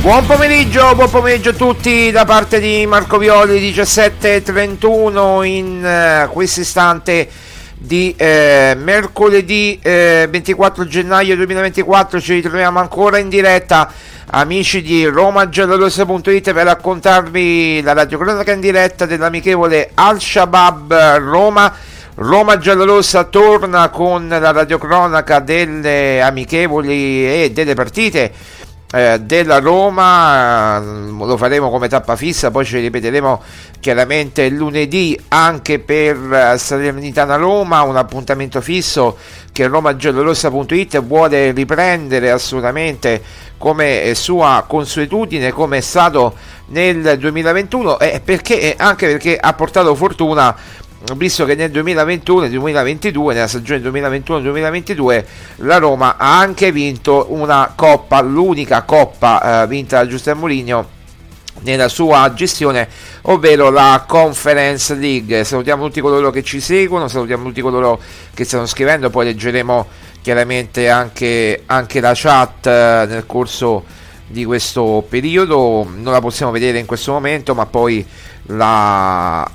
Buon pomeriggio a tutti da parte di Marco Violi, 17:31 in questo istante di mercoledì 24 gennaio 2024. Ci ritroviamo ancora in diretta, amici di RomaGiallorossa.it, per raccontarvi la radiocronaca in diretta dell'amichevole Al-Shabaab Roma. Roma Giallorossa torna con la radiocronaca delle amichevoli e delle partite della Roma. Lo faremo come tappa fissa, poi ci ripeteremo chiaramente lunedì anche per Salernitana Roma, un appuntamento fisso che RomaGiallorossa.it vuole riprendere assolutamente come sua consuetudine, come è stato nel 2021, anche perché ha portato fortuna, visto che nel 2021 e 2022, nella stagione 2021-2022, la Roma ha anche vinto una coppa, l'unica coppa vinta da Giuseppe Mourinho nella sua gestione, ovvero la Conference League. Salutiamo tutti coloro che ci seguono, salutiamo tutti coloro che stanno scrivendo, poi leggeremo chiaramente anche la chat nel corso di questo periodo. Non la possiamo vedere in questo momento, ma poi la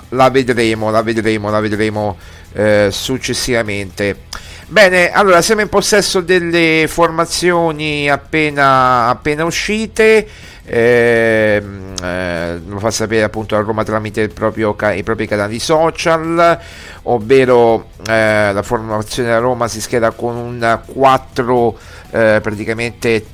vedremo successivamente. Bene, allora siamo in possesso delle formazioni appena uscite. Lo fa sapere appunto la Roma tramite i propri canali social, ovvero la formazione della Roma si schiera con un 4 praticamente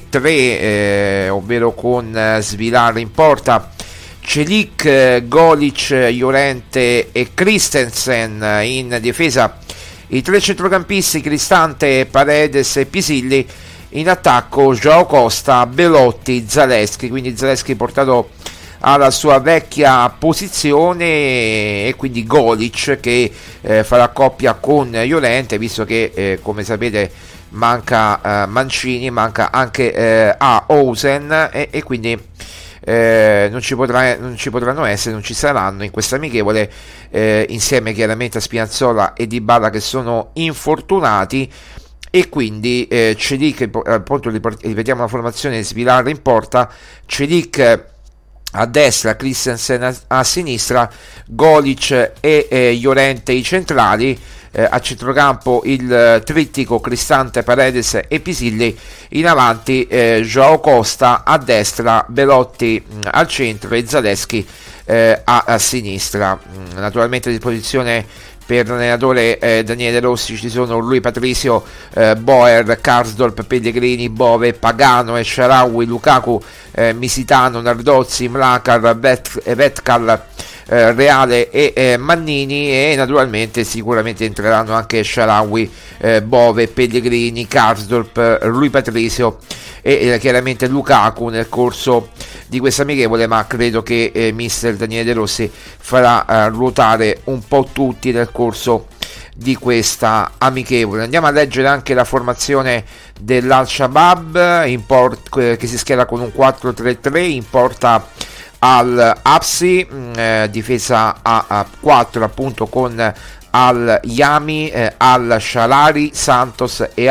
3-3, ovvero con Svilar in porta, Celik, Golic, Llorente e Christensen in difesa, i tre centrocampisti Cristante, Paredes e Pisilli, in attacco Joao Costa, Belotti, Zaleschi. Quindi Zaleschi portato alla sua vecchia posizione, e quindi Golic che farà coppia con Llorente, visto che come sapete manca Mancini, manca anche Ausen, e quindi non ci potranno essere, non ci saranno in questa amichevole, insieme chiaramente a Spinazzola e Dybala che sono infortunati. E quindi Celik, appunto ripetiamo la formazione: Svilar in porta, Celik a destra, Christensen a sinistra, Golic e Llorente i centrali, a centrocampo il trittico Cristante, Paredes e Pisilli, in avanti Joao Costa a destra, Belotti al centro e Zaleschi a sinistra. Naturalmente a disposizione per l'allenatore Daniele Rossi ci sono Rui Patricio, Boer, Karsdorp, Pellegrini, Bove, Pagano, Shaarawy, Lukaku, Misitano, Nardozzi, Mlakar, Vetkal, Reale e Mannini, e naturalmente sicuramente entreranno anche Shaarawy, Bove, Pellegrini, Karsdorp, Rui Patricio e chiaramente Lukaku nel corso di questa amichevole, ma credo che mister Daniele De Rossi farà ruotare un po' tutti nel corso di questa amichevole. Andiamo a leggere anche la formazione dell'Al-Shabaab che si schiera con un 4-3-3, in porta Al-Absi, difesa a 4 appunto con Al-Yami, Al-Shalari, Santos e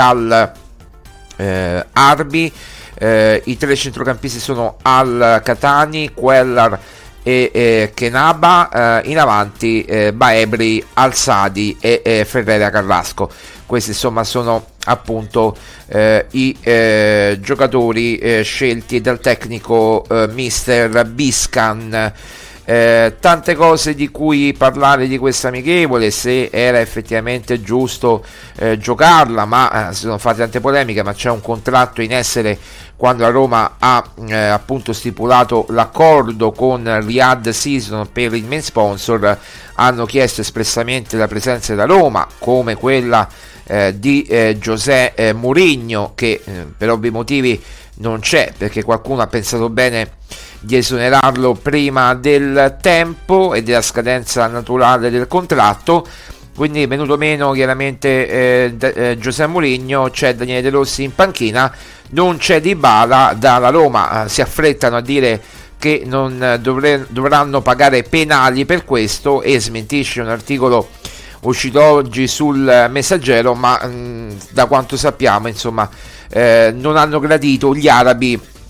Al-Arbi. I tre centrocampisti sono Al-Katani, Quellar e Kenaba, in avanti Baebri, Al-Sadi e Ferreira Carrasco. Questi insomma sono appunto i giocatori scelti dal tecnico mister Biscan. Tante cose di cui parlare di questa amichevole, se era effettivamente giusto giocarla, ma si sono fatte tante polemiche, ma c'è un contratto in essere quando la Roma ha appunto stipulato l'accordo con Riyadh Season per il main sponsor. Hanno chiesto espressamente la presenza della Roma, come quella di José Mourinho, che per ovvi motivi non c'è, perché qualcuno ha pensato bene di esonerarlo prima del tempo e della scadenza naturale del contratto. Quindi è venuto meno chiaramente José Mourinho, c'è Daniele De Rossi in panchina, non c'è Dybala. Dalla Roma si affrettano a dire che non dovranno pagare penali per questo, e smentisce un articolo uscito oggi sul Messaggero, ma da quanto sappiamo insomma non hanno gradito gli arabi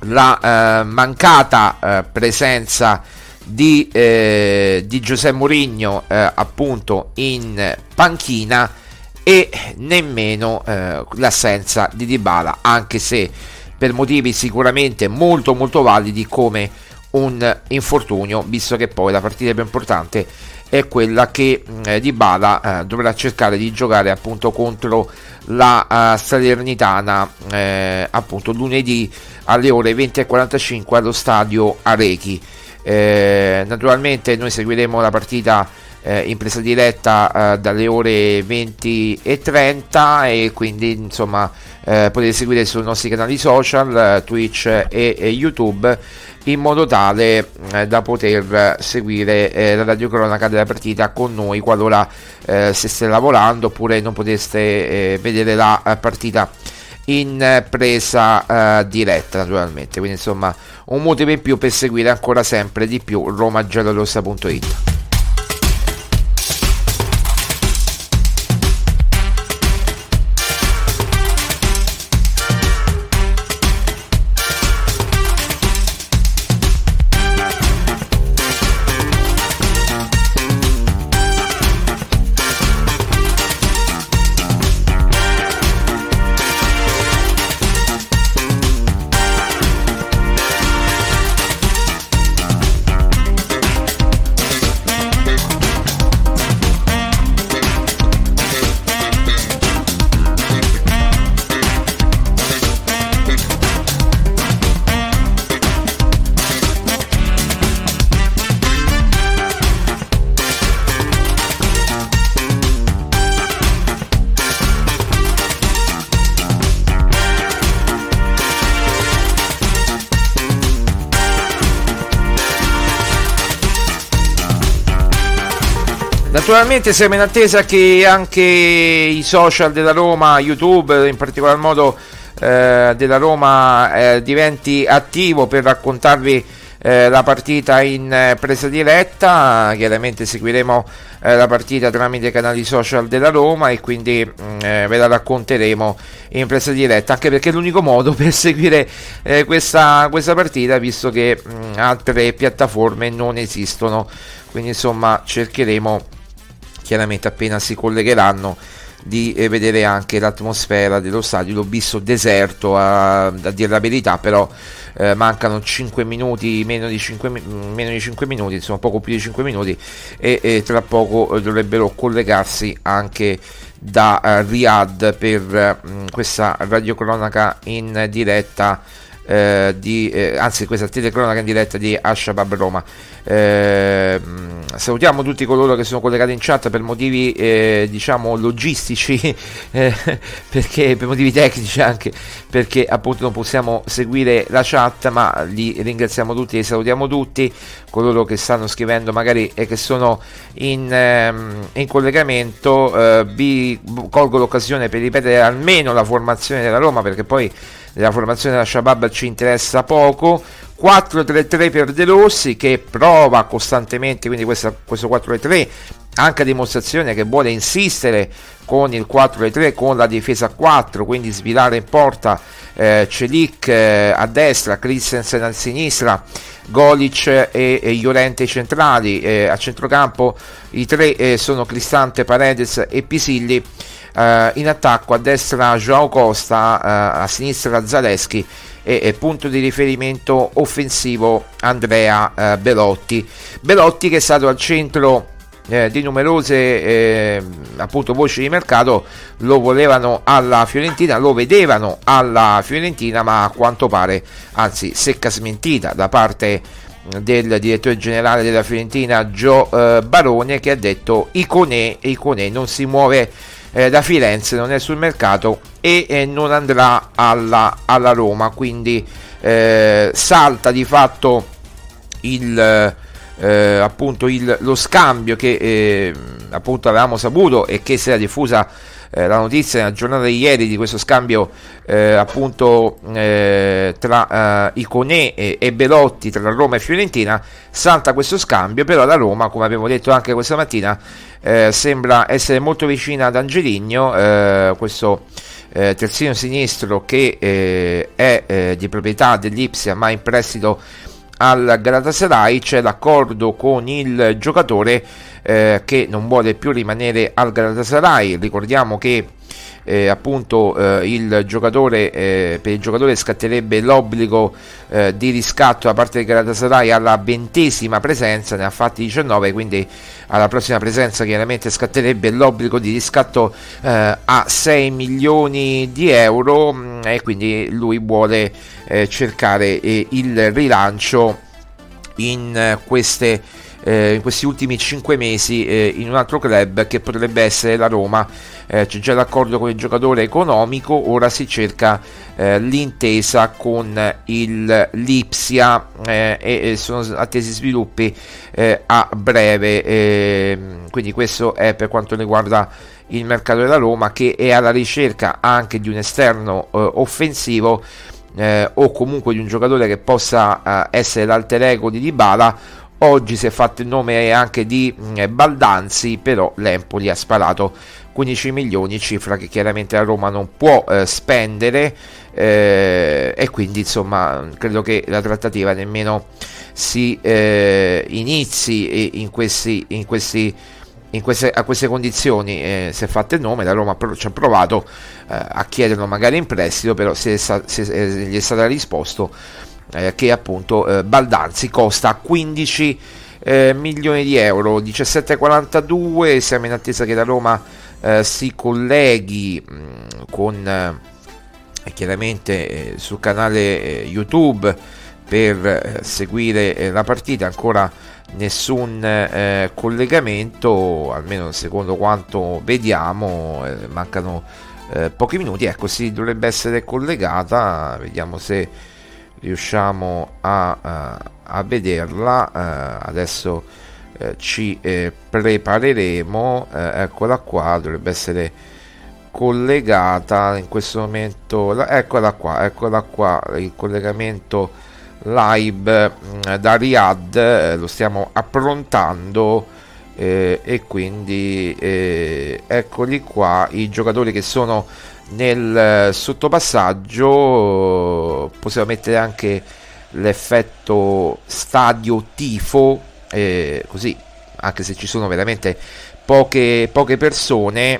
la mancata presenza di José Mourinho appunto in panchina, e nemmeno l'assenza di Dybala, anche se per motivi sicuramente molto molto validi come un infortunio, visto che poi la partita più importante è quella che Dybala dovrà cercare di giocare appunto contro la Salernitana appunto lunedì alle ore 20:45 allo stadio Arechi. Naturalmente noi seguiremo la partita in presa diretta dalle ore 20:30, e quindi insomma potete seguire sui nostri canali social Twitch e YouTube, in modo tale da poter seguire la radiocronaca della partita con noi qualora steste lavorando oppure non poteste vedere la partita in presa diretta, naturalmente. Quindi insomma un motivo in più per seguire ancora sempre di più romagiallorossa.it. Naturalmente siamo in attesa che anche i social della Roma, YouTube in particolar modo della Roma, diventi attivo per raccontarvi la partita in presa diretta. Chiaramente seguiremo la partita tramite i canali social della Roma e quindi ve la racconteremo in presa diretta, anche perché è l'unico modo per seguire questa partita, visto che altre piattaforme non esistono. Quindi insomma cercheremo, chiaramente appena si collegheranno, di vedere anche l'atmosfera dello stadio. L'ho visto deserto a dire la verità, però mancano 5 minuti, meno di 5 minuti, insomma poco più di 5 minuti, e tra poco dovrebbero collegarsi anche da Riyadh per questa radiocronaca in diretta anzi questa telecronaca in diretta di Al-Shabaab Roma. Salutiamo tutti coloro che sono collegati in chat per motivi diciamo logistici, perché per motivi tecnici, anche perché appunto non possiamo seguire la chat, ma li ringraziamo tutti e salutiamo tutti coloro che stanno scrivendo magari e che sono in collegamento. Vi colgo l'occasione per ripetere almeno la formazione della Roma, perché poi della formazione della Shabab ci interessa poco. 4-3-3 per De Rossi, che prova costantemente, quindi questo 4-3 anche a dimostrazione che vuole insistere con il 4-3 con la difesa a 4, quindi svilare in porta Celik a destra, Christensen a sinistra, Golic e Llorente centrali, a centrocampo i tre sono Cristante, Paredes e Pisilli. In attacco a destra João Costa, a sinistra Zaleschi e punto di riferimento offensivo Andrea Belotti che è stato al centro di numerose appunto voci di mercato. Lo volevano alla Fiorentina, lo vedevano alla Fiorentina, ma a quanto pare, anzi secca smentita da parte del direttore generale della Fiorentina Gio Barone, che ha detto Iconé non si muove da Firenze, non è sul mercato e non andrà alla Roma, quindi salta di fatto appunto lo scambio che appunto avevamo saputo e che si era diffusa la notizia nella giornata di ieri di questo scambio appunto tra Iconè e Belotti, tra Roma e Fiorentina. Salta questo scambio, però la Roma, come abbiamo detto anche questa mattina, sembra essere molto vicina ad Angeligno, questo terzino sinistro che è di proprietà dell'Ipsia ma in prestito al Galatasaray. C'è l'accordo con il giocatore che non vuole più rimanere al Galatasaray. Ricordiamo che appunto il giocatore per il giocatore scatterebbe l'obbligo di riscatto da parte del Galatasaray alla 20ª presenza, ne ha fatti 19, quindi alla prossima presenza chiaramente scatterebbe l'obbligo di riscatto a 6 milioni di euro, e quindi lui vuole cercare il rilancio in questi ultimi 5 mesi in un altro club che potrebbe essere la Roma. C'è già l'accordo con il giocatore economico, ora si cerca l'intesa con l'Ipsia e sono attesi sviluppi a breve, quindi questo è per quanto riguarda il mercato della Roma, che è alla ricerca anche di un esterno offensivo o comunque di un giocatore che possa essere l'alter ego di Dybala. Oggi si è fatto il nome anche di Baldanzi, però l'Empoli ha sparato 15 milioni, cifra che chiaramente la Roma non può spendere, e quindi insomma credo che la trattativa nemmeno si inizi a queste condizioni. Si è fatto il nome, la Roma ci ha provato a chiederlo magari in prestito, però gli è stata risposto che appunto Baldanzi costa 15 milioni di euro. 17,42, siamo in attesa che la Roma si colleghi con chiaramente sul canale YouTube per seguire la partita. Ancora nessun collegamento, almeno secondo quanto vediamo, mancano pochi minuti. Ecco, si dovrebbe essere collegata, vediamo se riusciamo a vederla. Adesso ci prepareremo. Eccola qua, dovrebbe essere collegata in questo momento. Eccola qua, il collegamento live da Riyadh, lo stiamo approntando, e quindi eccoli qua i giocatori che sono nel sottopassaggio. Possiamo mettere anche l'effetto stadio tifo, così anche se ci sono veramente poche persone.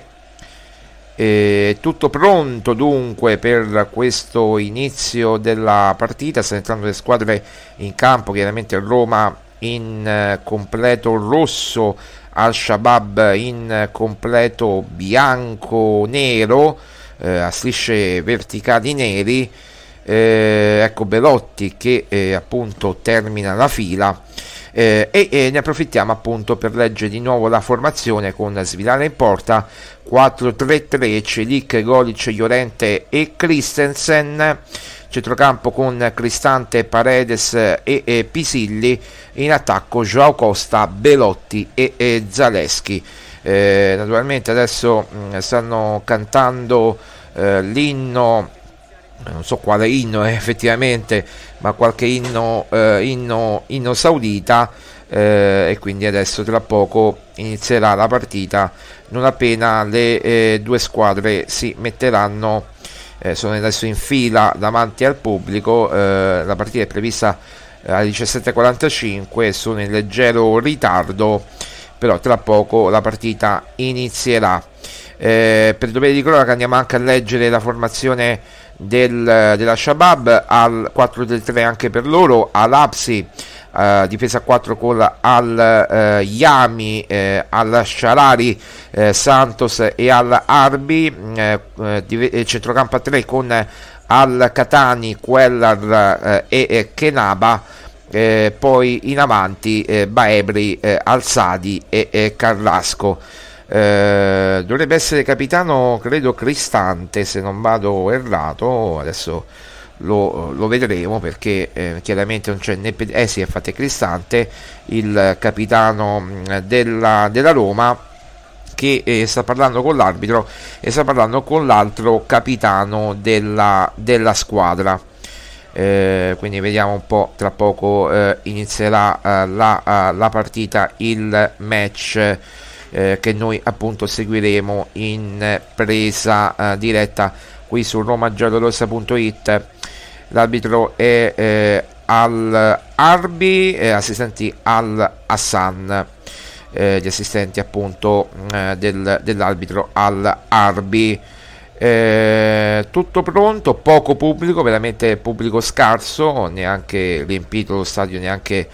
Tutto pronto dunque per questo inizio della partita. Stanno entrando le squadre in campo, chiaramente Roma in completo rosso, Al-Shabaab in completo bianco-nero, a strisce verticali neri. Ecco Belotti che appunto termina la fila, e ne approfittiamo appunto per leggere di nuovo la formazione con Svilana in porta, 4-3-3, Celic, Golic, Llorente e Christensen, centrocampo con Cristante, Paredes e Pisilli, in attacco Joao Costa, Belotti e Zaleschi. Naturalmente adesso stanno cantando l'inno, non so quale inno è effettivamente, ma qualche inno saudita, e quindi adesso tra poco inizierà la partita, non appena le due squadre si metteranno, sono adesso in fila davanti al pubblico. La partita è prevista alle 17:45, sono in leggero ritardo, però tra poco la partita inizierà. Per dovere di cronaca andiamo anche a leggere la formazione della Shabab, al 4-3 anche per loro, all'Apsi difesa a 4 con al-Yami, al-Sharari, Santos e al-Arbi, centrocampo a 3 con al-Katani, Quellar e Kenaba, poi in avanti Baebri, Al-Sadi e Carrasco. Dovrebbe essere capitano, credo, Cristante, se non vado errato. Adesso lo vedremo, perché chiaramente non c'è né sì, infatti è Cristante il capitano della Roma, che sta parlando con l'arbitro e sta parlando con l'altro capitano della squadra. Quindi vediamo un po', tra poco inizierà la partita, il match che noi appunto seguiremo in presa diretta qui su romagiallorossa.it. L'arbitro è Al Arbi, assistenti Al Hassan, gli assistenti appunto dell'arbitro Al Arbi. Tutto pronto, poco pubblico, veramente pubblico scarso, neanche riempito lo stadio, neanche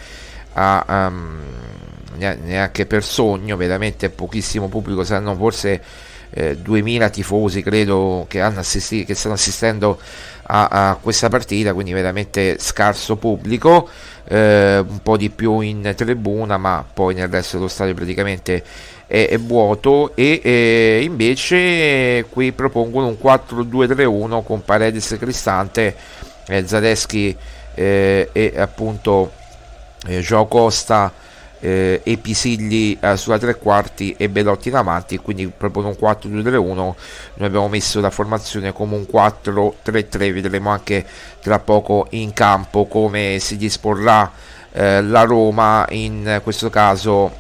per sogno, veramente pochissimo pubblico, saranno forse 2000 tifosi credo che stanno assistendo a questa partita, quindi veramente scarso pubblico, un po' di più in tribuna, ma poi nel resto dello stadio praticamente è vuoto. E invece qui propongono un 4-2-3-1 con Paredes, Cristante, Zalewski e appunto João Costa e Pisilli sulla tre quarti e Belotti davanti, quindi proprio un 4-2-3-1. Noi abbiamo messo la formazione come un 4-3-3, vedremo anche tra poco in campo come si disporrà la Roma. In questo caso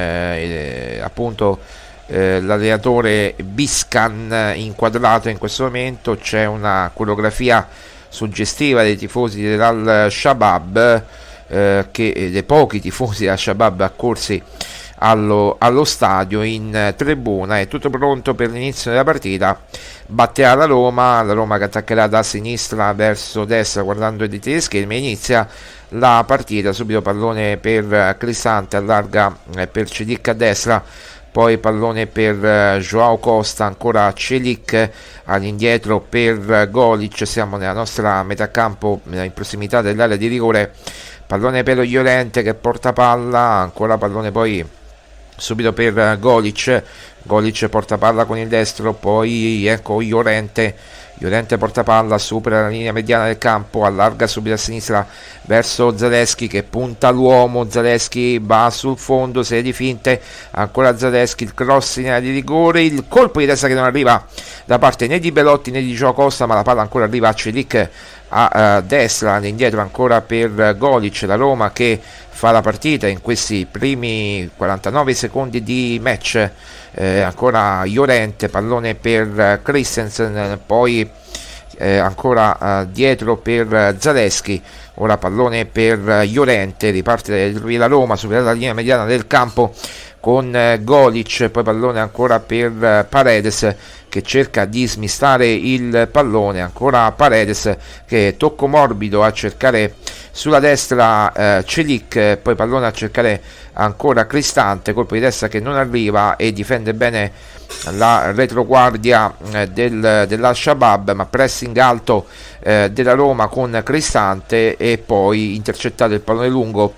appunto l'allenatore Biscan inquadrato in questo momento, c'è una coreografia suggestiva dei tifosi dell'Al-Shabaab, dei pochi tifosi della Shabab accorsi allo stadio. In tribuna è tutto pronto per l'inizio della partita. Batterà la Roma che attaccherà da sinistra verso destra guardando i tedeschi. Inizia la partita, subito pallone per Cristante, allarga per Celic a destra, poi pallone per João Costa, ancora Celic all'indietro per Golic. Siamo nella nostra metà campo, in prossimità dell'area di rigore. Pallone per Llorente che porta palla, ancora pallone poi subito per Golic porta palla con il destro, poi ecco Llorente porta palla, supera la linea mediana del campo, allarga subito a sinistra verso Zalewski che punta l'uomo. Zalewski va sul fondo, serie di finte, ancora Zalewski, il cross in area di rigore, il colpo di testa che non arriva da parte né di Belotti né di João Costa, ma la palla ancora arriva a Celic a destra, all'indietro ancora per Golic. La Roma che fa la partita in questi primi 49 secondi di match. Ancora Llorente, pallone per Christensen, poi ancora dietro per Zalewski, ora pallone per Llorente, riparte la Roma, superata la linea mediana del campo con Golic, poi pallone ancora per Paredes che cerca di smistare il pallone, ancora Paredes che tocco morbido a cercare sulla destra Celic, poi pallone a cercare ancora Cristante, colpo di testa che non arriva e difende bene la retroguardia dell'Al-Shabaab, ma pressing alto della Roma con Cristante e poi intercettato il pallone lungo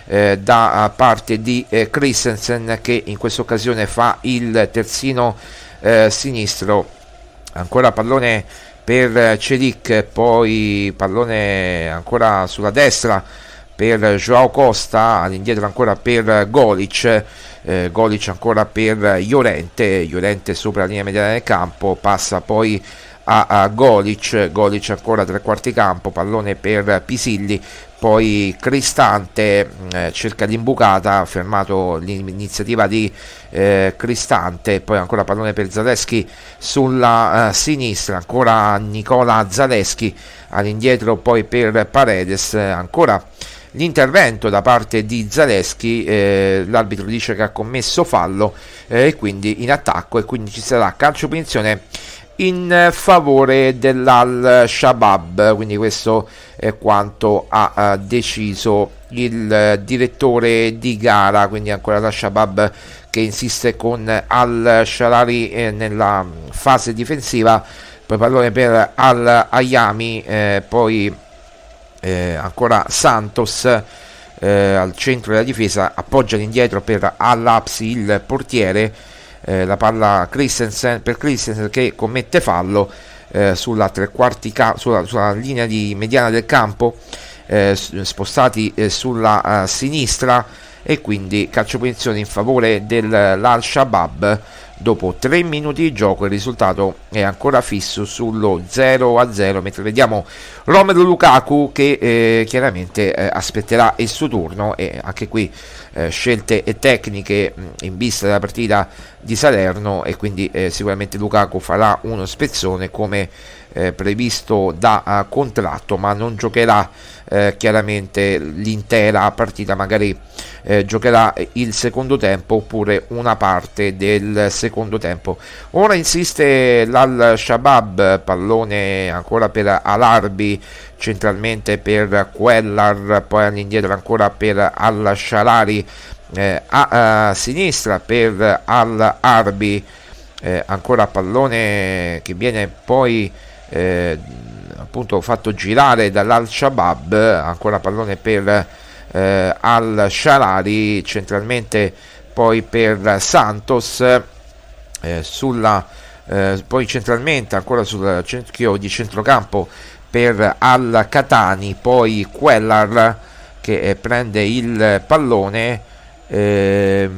da parte di Christensen che in questa occasione fa il terzino sinistro. Ancora pallone per Celic, poi pallone ancora sulla destra per João Costa, all'indietro ancora per Golic, Golic ancora per Llorente sopra la linea mediana del campo, passa poi a Golic ancora tre quarti campo, pallone per Pisilli, poi Cristante cerca l'imbucata, fermato l'iniziativa di Cristante, poi ancora pallone per Zalewski sulla sinistra, ancora Nicola Zalewski all'indietro, poi per Paredes, ancora l'intervento da parte di Zalewski, l'arbitro dice che ha commesso fallo e quindi in attacco, e quindi ci sarà calcio punizione in favore dell'Al-Shabaab. Quindi questo è quanto ha deciso il direttore di gara, quindi ancora l'Al-Shabaab che insiste con Al-Shalari nella fase difensiva, poi pallone per Al-Ayami, poi ancora Santos al centro della difesa, appoggia all'indietro per Al-Apsi il portiere, la palla per Christensen che commette fallo sulla tre quarti sulla linea di mediana del campo, spostati sulla sinistra, e quindi calcio punizione in favore dell'Al-Shabaab. dopo 3 minuti di gioco il risultato è ancora fisso sullo 0-0, mentre vediamo Romelu Lukaku che chiaramente aspetterà il suo turno, e anche qui scelte tecniche in vista della partita di Salerno, e quindi sicuramente Lukaku farà uno spezzone come previsto da contratto, ma non giocherà chiaramente l'intera partita, magari giocherà il secondo tempo oppure una parte del secondo tempo. Ora insiste l'Al-Shabaab, pallone ancora per Al-Arbi, centralmente per Quellar, poi all'indietro ancora per Al-Shalari, a sinistra per Al-Arbi, ancora pallone che viene poi appunto fatto girare dall'Al-Shabaab, ancora pallone per Al-Shalari, centralmente poi per Santos, poi centralmente ancora sul cerchio di centrocampo per Al-Katani, poi Quellar che prende il pallone, e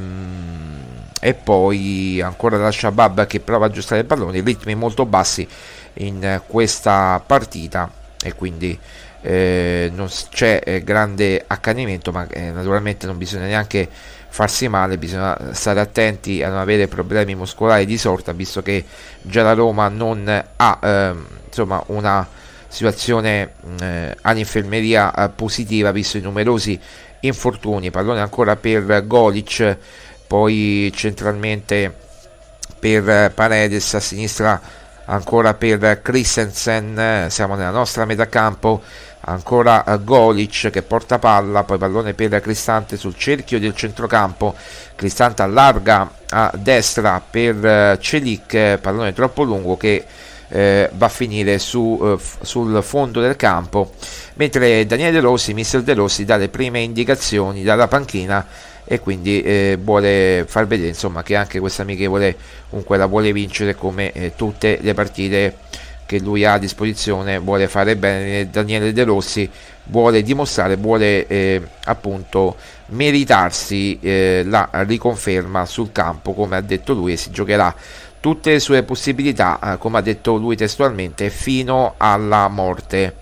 poi ancora l'Al-Shabaab che prova a aggiustare il pallone, ritmi molto bassi in questa partita, e quindi non c'è grande accanimento, ma naturalmente non bisogna neanche farsi male, bisogna stare attenti a non avere problemi muscolari di sorta, visto che già la Roma non ha insomma una situazione all'infermeria positiva, visto i numerosi infortuni. Pallone ancora per Golic, poi centralmente per Paredes, a sinistra ancora per Christensen, siamo nella nostra metà campo, ancora Golic che porta palla, poi pallone per Cristante sul cerchio del centrocampo, Cristante allarga a destra per Celic, pallone troppo lungo che va a finire sul fondo del campo, mentre Daniele De Rossi, mister De Rossi, dà le prime indicazioni dalla panchina, e quindi vuole far vedere insomma che anche questa amichevole comunque la vuole vincere, come tutte le partite che lui ha a disposizione. Vuole fare bene Daniele De Rossi, vuole dimostrare, vuole appunto meritarsi la riconferma sul campo, come ha detto lui, e si giocherà tutte le sue possibilità, come ha detto lui testualmente, fino alla morte.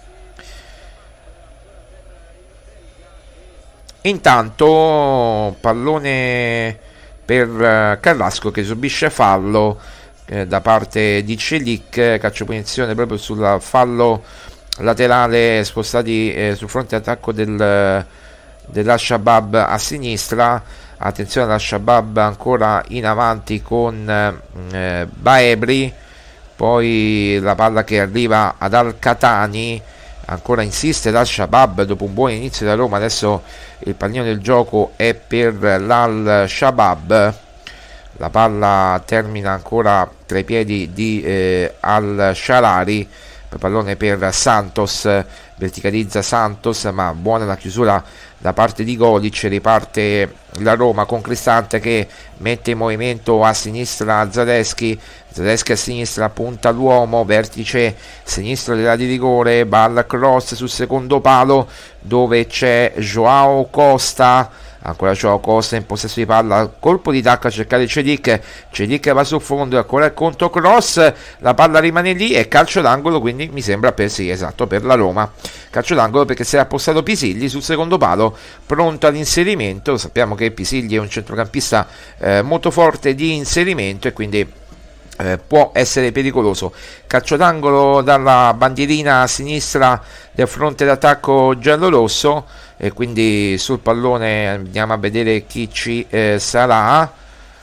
Intanto pallone per Carrasco che subisce fallo da parte di Celic, calcio punizione proprio sul fallo laterale, spostati sul fronte attacco dell'Al-Shabaab a sinistra. Attenzione all'Al-Shabaab ancora in avanti con Baebri, poi la palla che arriva ad Al-Katani, ancora insiste l'Al-Shabaab dopo un buon inizio da Roma. Adesso il pallino del gioco è per l'Al-Shabaab, la palla termina ancora tra i piedi di Al-Shalari, pallone per Santos, verticalizza Santos, ma buona la chiusura da parte di Golic. Riparte la Roma con Cristante che mette in movimento a sinistra Zalewski a sinistra, punta l'uomo, vertice sinistro della di rigore, palla cross sul secondo palo dove c'è Joao Costa, ancora Joao Costa in possesso di palla, colpo di tacco a cercare Celic va sul fondo, ancora il conto cross, la palla rimane lì e calcio d'angolo, quindi mi sembra per la Roma, calcio d'angolo perché si è appostato Pisilli sul secondo palo pronto all'inserimento. Sappiamo che Pisilli è un centrocampista molto forte di inserimento, e quindi può essere pericoloso. Calcio d'angolo dalla bandierina a sinistra del fronte d'attacco giallorosso, e quindi sul pallone andiamo a vedere chi ci sarà.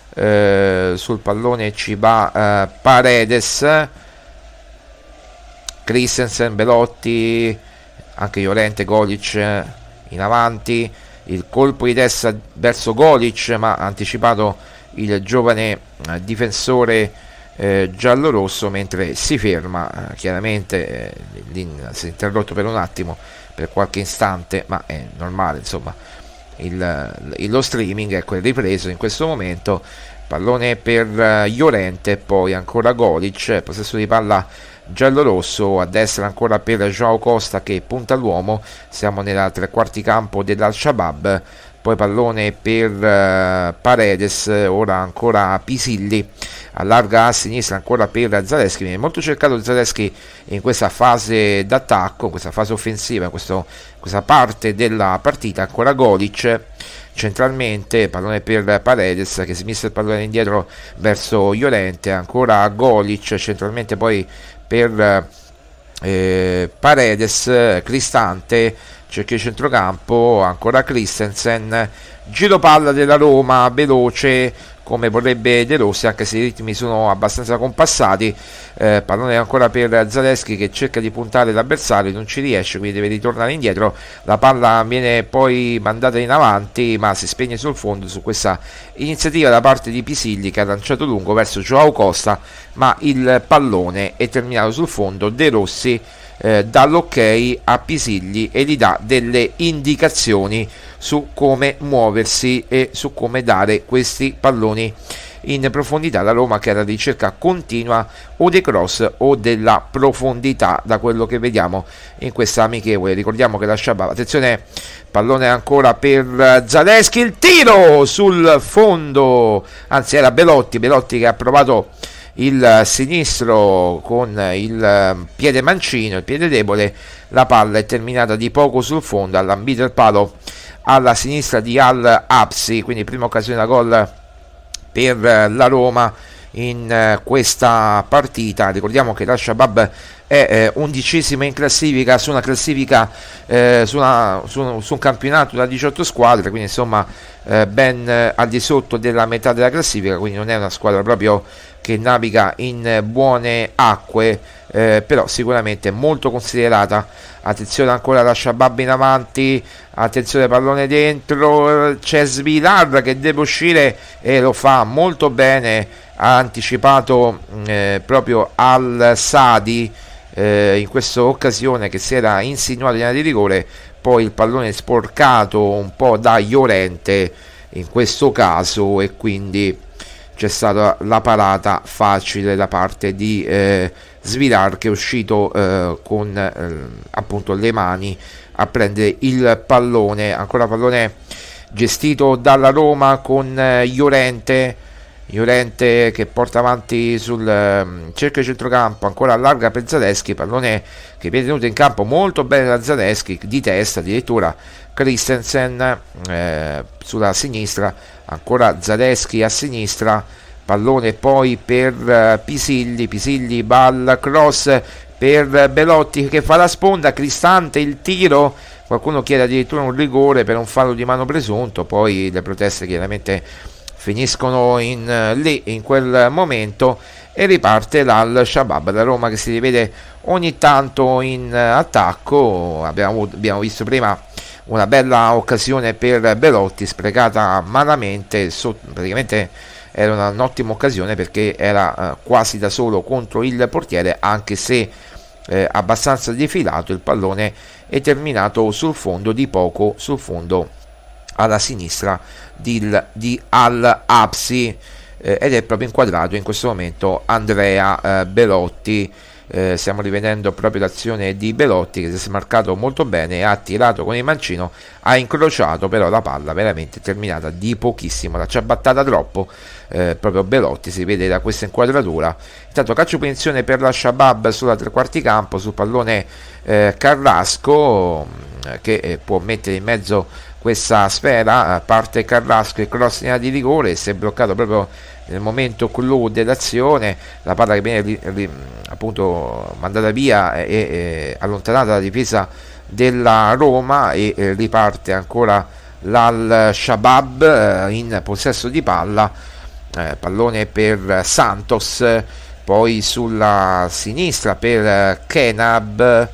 Sul pallone ci va Paredes, Christensen, Belotti, anche Llorente, Golic in avanti, il colpo di testa verso Golic, ma ha anticipato il giovane difensore giallorosso, mentre si ferma chiaramente, si è interrotto per un attimo, per qualche istante, ma è normale insomma, lo streaming, ecco, è ripreso in questo momento. Pallone per Llorente, poi ancora Golic, possesso di palla giallorosso, a destra ancora per Joao Costa che punta l'uomo, siamo nella tre quarti campo dell'Al-Shabaab, poi pallone per Paredes, ora ancora Pisilli, allarga a sinistra ancora per Zalewski. Viene molto cercato Zalewski in questa fase d'attacco, in questa fase offensiva, in questa parte della partita. Ancora Golic centralmente, pallone per Paredes che si mette il pallone indietro verso Llorente, ancora Golic centralmente poi per Paredes, Cristante cerca il centrocampo, ancora Christensen, giro palla della Roma veloce come vorrebbe De Rossi, anche se i ritmi sono abbastanza compassati. Pallone ancora per Zalewski che cerca di puntare l'avversario, non ci riesce, quindi deve ritornare indietro. La palla viene poi mandata in avanti, ma si spegne sul fondo su questa iniziativa da parte di Pisilli, che ha lanciato lungo verso Joao Costa, ma il pallone è terminato sul fondo. De Rossi dà l'ok a Pisilli e gli dà delle indicazioni su come muoversi e su come dare questi palloni in profondità. La Roma che è alla ricerca continua o dei cross o della profondità, da quello che vediamo in questa amichevole. Ricordiamo che la Shabab, attenzione, pallone ancora per Zalewski, il tiro sul fondo, anzi era Belotti che ha provato il sinistro con il piede mancino, il piede debole. La palla è terminata di poco sul fondo, ha lambito il palo alla sinistra di Al-Absi, quindi prima occasione da gol per la Roma in questa partita. Ricordiamo che la Shabab è undicesima in classifica, su una classifica su un campionato da 18 squadre, quindi insomma ben al di sotto della metà della classifica, quindi non è una squadra proprio che naviga in buone acque, però sicuramente molto considerata. Attenzione ancora la Shabab in avanti, attenzione pallone dentro, c'è Svilar che deve uscire e lo fa molto bene, ha anticipato proprio Al-Sadi in questa occasione, che si era insinuato in area di rigore, poi il pallone sporcato un po' da Llorente in questo caso, e quindi c'è stata la parata facile da parte di Svilar, che è uscito con appunto le mani a prendere il pallone. Ancora pallone gestito dalla Roma con Llorente che porta avanti sul cerchio centrocampo, ancora allarga per Zalewski, pallone che viene tenuto in campo molto bene da Zalewski, di testa addirittura. Christensen sulla sinistra, ancora Zalewski a sinistra, pallone poi per Pisilli va al cross per Belotti che fa la sponda, Cristante il tiro, qualcuno chiede addirittura un rigore per un fallo di mano presunto, poi le proteste chiaramente finiscono lì in quel momento e riparte l'Al-Shabab. La Roma che si rivede ogni tanto in attacco. Abbiamo visto prima una bella occasione per Belotti sprecata malamente, praticamente era un'ottima occasione perché era quasi da solo contro il portiere, anche se abbastanza defilato. Il pallone è terminato sul fondo, di poco sul fondo alla sinistra di Al-Absi, ed è proprio inquadrato in questo momento Andrea Belotti. Stiamo rivedendo proprio l'azione di Belotti che si è smarcato molto bene, ha tirato con il mancino, ha incrociato, però la palla veramente terminata di pochissimo, l'ha ciabattata troppo proprio Belotti, si vede da questa inquadratura. Intanto calcio punizione per la Shabab sulla tre quarti campo, sul pallone Carrasco che può mettere in mezzo questa sfera, parte Carrasco e cross in area di rigore, si è bloccato proprio nel momento clou dell'azione, la palla che viene appunto mandata via e allontanata dalla difesa della Roma, e riparte ancora l'Al-Shabab in possesso di palla, pallone per Santos, poi sulla sinistra per Kenab,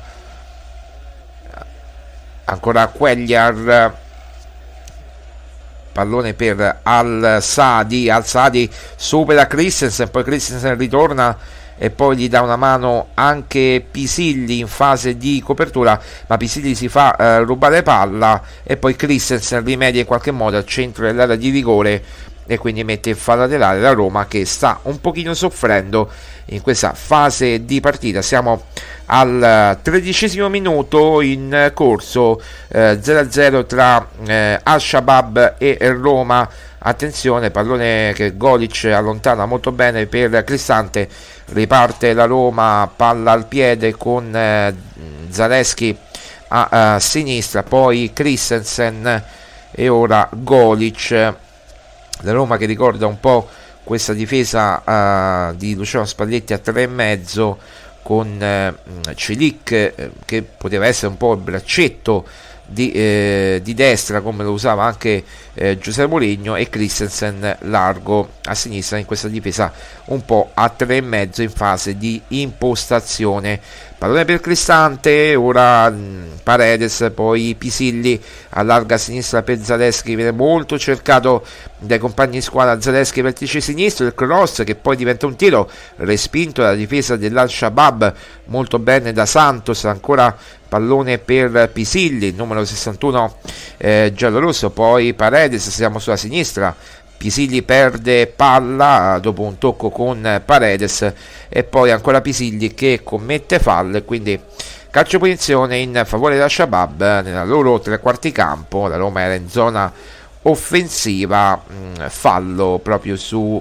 ancora Quagliar, pallone per Al-Sadi supera Christensen, poi Christensen ritorna e poi gli dà una mano anche Pisilli in fase di copertura, ma Pisilli si fa rubare palla e poi Christensen rimedia in qualche modo al centro dell'area di rigore e quindi mette in fallo laterale la Roma, che sta un pochino soffrendo in questa fase di partita. Siamo al 13° minuto in corso, 0-0 tra Al-Shabaab e Roma. Attenzione, pallone che Golic allontana molto bene per Cristante, riparte la Roma, palla al piede con Zalewski a sinistra, poi Christensen e ora Golic. La Roma che ricorda un po' questa difesa di Luciano Spalletti a 3,5 con Celic che poteva essere un po' il braccetto di destra, come lo usava anche Giuseppe Mourinho, e Christensen largo a sinistra in questa difesa un po' a 3,5 in fase di impostazione. Pallone per Cristante, ora Paredes, poi Pisilli allarga a sinistra per Zalewski, viene molto cercato dai compagni di squadra. Zalewski vertice sinistro, il cross che poi diventa un tiro respinto dalla difesa dell'Al-Shabaab molto bene da Santos. Ancora pallone per Pisilli, numero 61 giallorosso, poi Paredes, siamo sulla sinistra, Pisilli perde palla dopo un tocco con Paredes e poi ancora Pisilli che commette fallo, e quindi calcio punizione in favore della Shabab nella loro tre quarti campo. La Roma era in zona offensiva, fallo proprio su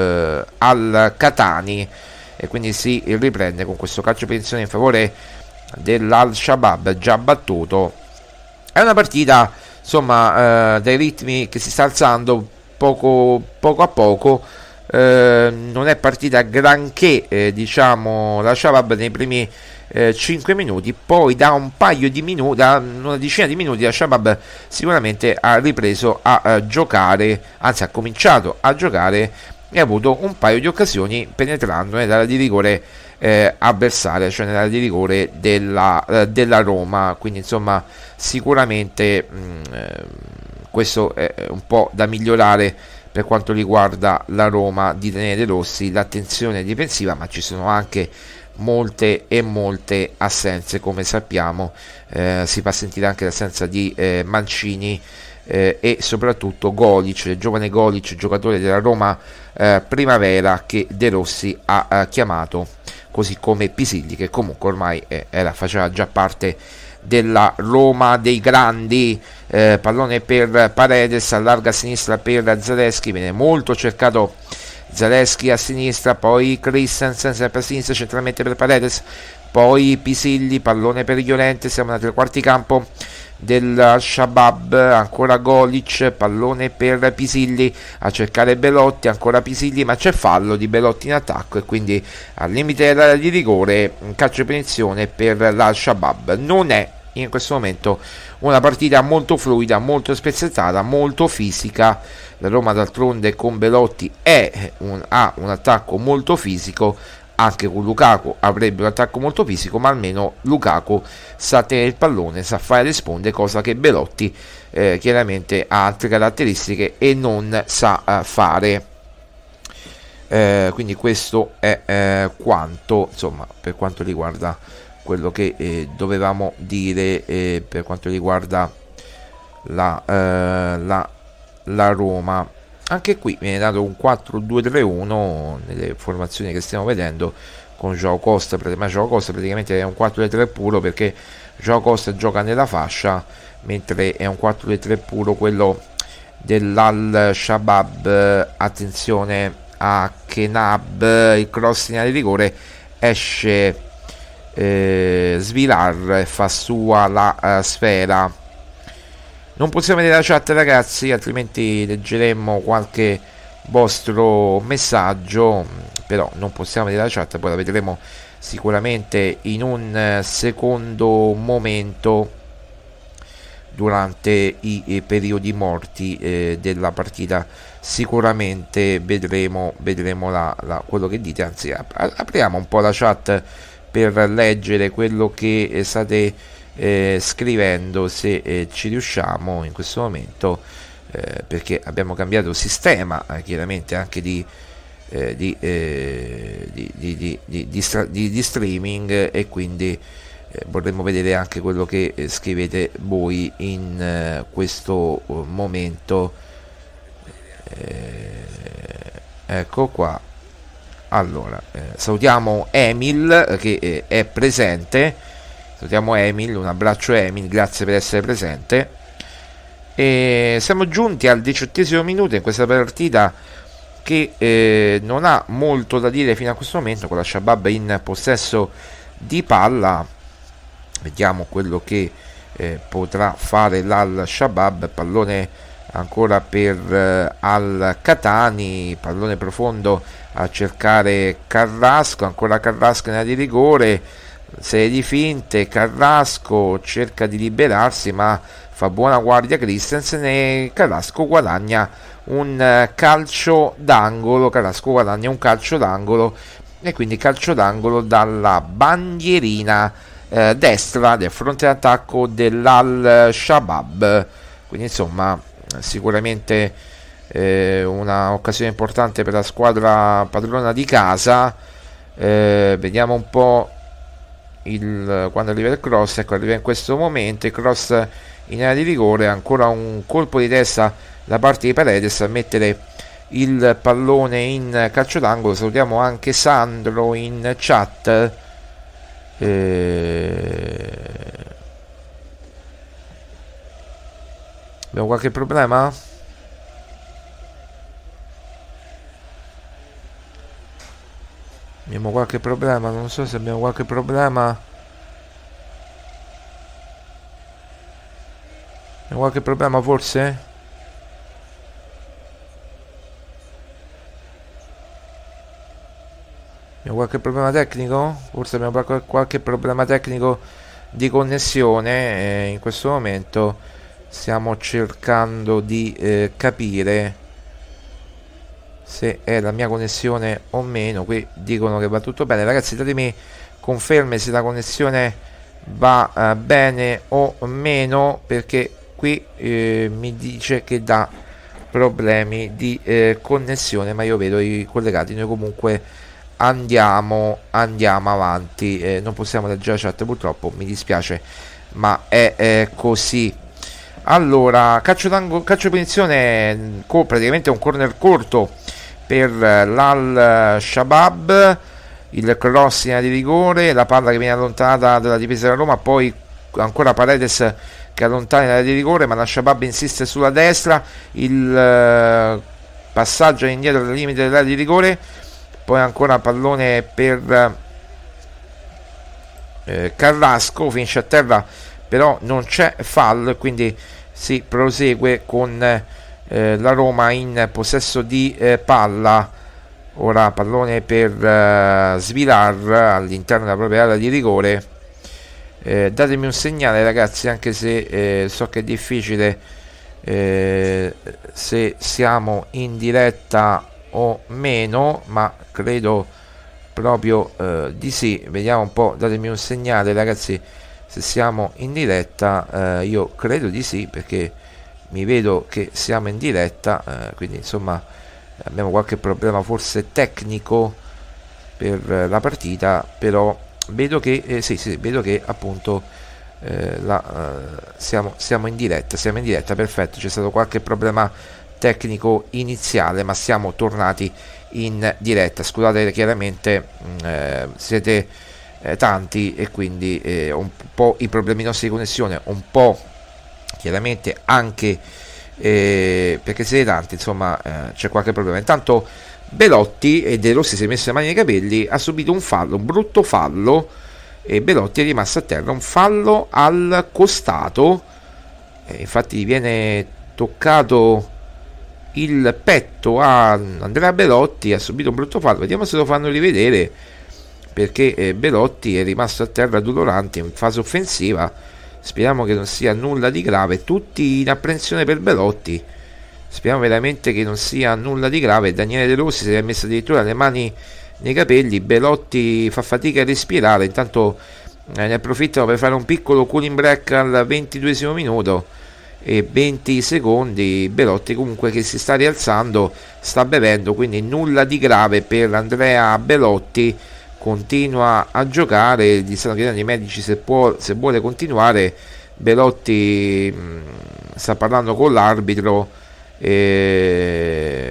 Al-Catani, e quindi si riprende con questo calcio punizione in favore dell'Al-Shabaab già battuto. È una partita insomma dai ritmi che si sta alzando poco a poco, non è partita granché, diciamo, la Shabab nei primi 5 minuti, poi da un paio di minuti, da una decina di minuti la Shabab sicuramente ha ripreso a giocare, anzi ha cominciato a giocare e ha avuto un paio di occasioni penetrando nell'area di rigore avversaria, cioè nell'area di rigore della Roma. Quindi insomma sicuramente questo è un po' da migliorare per quanto riguarda la Roma di Daniele De Rossi, l'attenzione difensiva, ma ci sono anche molte assenze, come sappiamo. Si fa sentire anche l'assenza di Mancini e soprattutto Golic, il giovane Golic, giocatore della Roma Primavera, che De Rossi ha chiamato, così come Pisilli, che comunque ormai faceva già parte della Roma dei grandi. Pallone per Paredes, allarga a sinistra per Zalewski, viene molto cercato Zalewski a sinistra, poi Christensen sempre a sinistra centralmente per Paredes, poi Pisilli, pallone per Llorente. Siamo nei tre quarti campo del Shabab, ancora Golic, pallone per Pisilli a cercare Belotti, ancora Pisilli, ma c'è fallo di Belotti in attacco e quindi al limite dell'area di rigore, calcio di punizione per l'Al-Shabaab. Non è in questo momento una partita molto fluida, molto spezzettata, molto fisica. La Roma d'altronde con Belotti ha un attacco molto fisico, anche con Lukaku avrebbe un attacco molto fisico, ma almeno Lukaku sa tenere il pallone, sa fare le sponde, cosa che Belotti chiaramente ha altre caratteristiche e non sa fare. Quindi questo è quanto, insomma, per quanto riguarda quello che dovevamo dire per quanto riguarda la Roma. Anche qui viene dato un 4-2-3-1 nelle formazioni che stiamo vedendo, con João Costa, ma João Costa praticamente è un 4-3 puro, perché João Costa gioca nella fascia, mentre è un 4-3 puro quello dell'Al-Shabaab. Attenzione a Kenab, il cross in area di rigore, esce Svilar e fa sua la sfera. Non possiamo vedere la chat, ragazzi, altrimenti leggeremmo qualche vostro messaggio, però non possiamo vedere la chat, poi la vedremo sicuramente in un secondo momento durante i periodi morti della partita. Sicuramente vedremo quello che dite, anzi apriamo un po' la chat per leggere quello che state scrivendo, se ci riusciamo in questo momento, perché abbiamo cambiato sistema chiaramente anche di streaming, e quindi vorremmo vedere anche quello che scrivete voi in questo momento. ecco qua. Allora, salutiamo Emil che è presente. Salutiamo Emil, un abbraccio Emil, grazie per essere presente. E siamo giunti al 18° minuto in questa partita che non ha molto da dire fino a questo momento, con la Shabab in possesso di palla. Vediamo quello che potrà fare l'Al-Shabaab. Pallone ancora per Al-Catani, pallone profondo a cercare Carrasco, ancora Carrasco in area di rigore, serie di finte, Carrasco cerca di liberarsi ma fa buona guardia Christensen e Carrasco guadagna un calcio d'angolo. Carrasco guadagna un calcio d'angolo e quindi calcio d'angolo dalla bandierina destra del fronte d'attacco dell'Al-Shabaab. Quindi insomma sicuramente una occasione importante per la squadra padrona di casa. Vediamo un po' quando arriva il cross. Ecco, arriva in questo momento il cross in area di rigore, ancora un colpo di testa da parte di Paredes a mettere il pallone in calcio d'angolo. Salutiamo anche Sandro in chat. Abbiamo qualche problema? Abbiamo qualche problema? Non so se abbiamo qualche problema. Abbiamo qualche problema forse? Abbiamo qualche problema tecnico? Forse abbiamo qualche problema tecnico di connessione. In questo momento stiamo cercando di capire se è la mia connessione o meno. Qui dicono che va tutto bene. Ragazzi, datemi conferme se la connessione va bene o meno, perché qui mi dice che dà problemi di connessione, ma io vedo i collegati. Noi comunque andiamo avanti. Non possiamo leggere la chat purtroppo, mi dispiace, ma è così. Allora, calcio punizione, praticamente un corner corto per l'Al-Shabaab, il cross in area di rigore, la palla che viene allontanata dalla difesa della Roma, poi ancora Paredes che allontana in area di rigore, ma la Shabab insiste sulla destra, il passaggio indietro dal limite dell'area di rigore, poi ancora pallone per Carrasco, finisce a terra però non c'è fallo, quindi si prosegue con la Roma in possesso di palla. Ora pallone per Svilar all'interno della propria area di rigore. Datemi un segnale ragazzi, anche se so che è difficile se siamo in diretta o meno, ma credo proprio di sì. Vediamo un po', datemi un segnale ragazzi se siamo in diretta. Io credo di sì, perché mi vedo che siamo in diretta, quindi insomma abbiamo qualche problema forse tecnico per la partita, però vedo che sì, vedo che appunto siamo in diretta, perfetto. C'è stato qualche problema tecnico iniziale, ma siamo tornati in diretta. Scusate, chiaramente siete tanti e quindi un po' i problemi nostri di connessione, un po' chiaramente anche perché siete tanti, insomma c'è qualche problema. Intanto Belotti, e De Rossi si è messo le mani nei capelli, ha subito un fallo, un brutto fallo, e Belotti è rimasto a terra, un fallo al costato, infatti viene toccato il petto a Andrea Belotti, ha subito un brutto fallo. Vediamo se lo fanno rivedere, perché Belotti è rimasto a terra dolorante in fase offensiva. Speriamo che non sia nulla di grave, tutti in apprensione per Belotti, speriamo veramente che non sia nulla di grave. Daniele De Rossi si è messo addirittura le mani nei capelli, Belotti fa fatica a respirare. Intanto ne approfittano per fare un piccolo cooling break al 22esimo minuto e 20 secondi. Belotti comunque che si sta rialzando, sta bevendo, quindi nulla di grave per Andrea Belotti, continua a giocare. Gli stanno chiedendo i medici se vuole continuare. Belotti sta parlando con l'arbitro,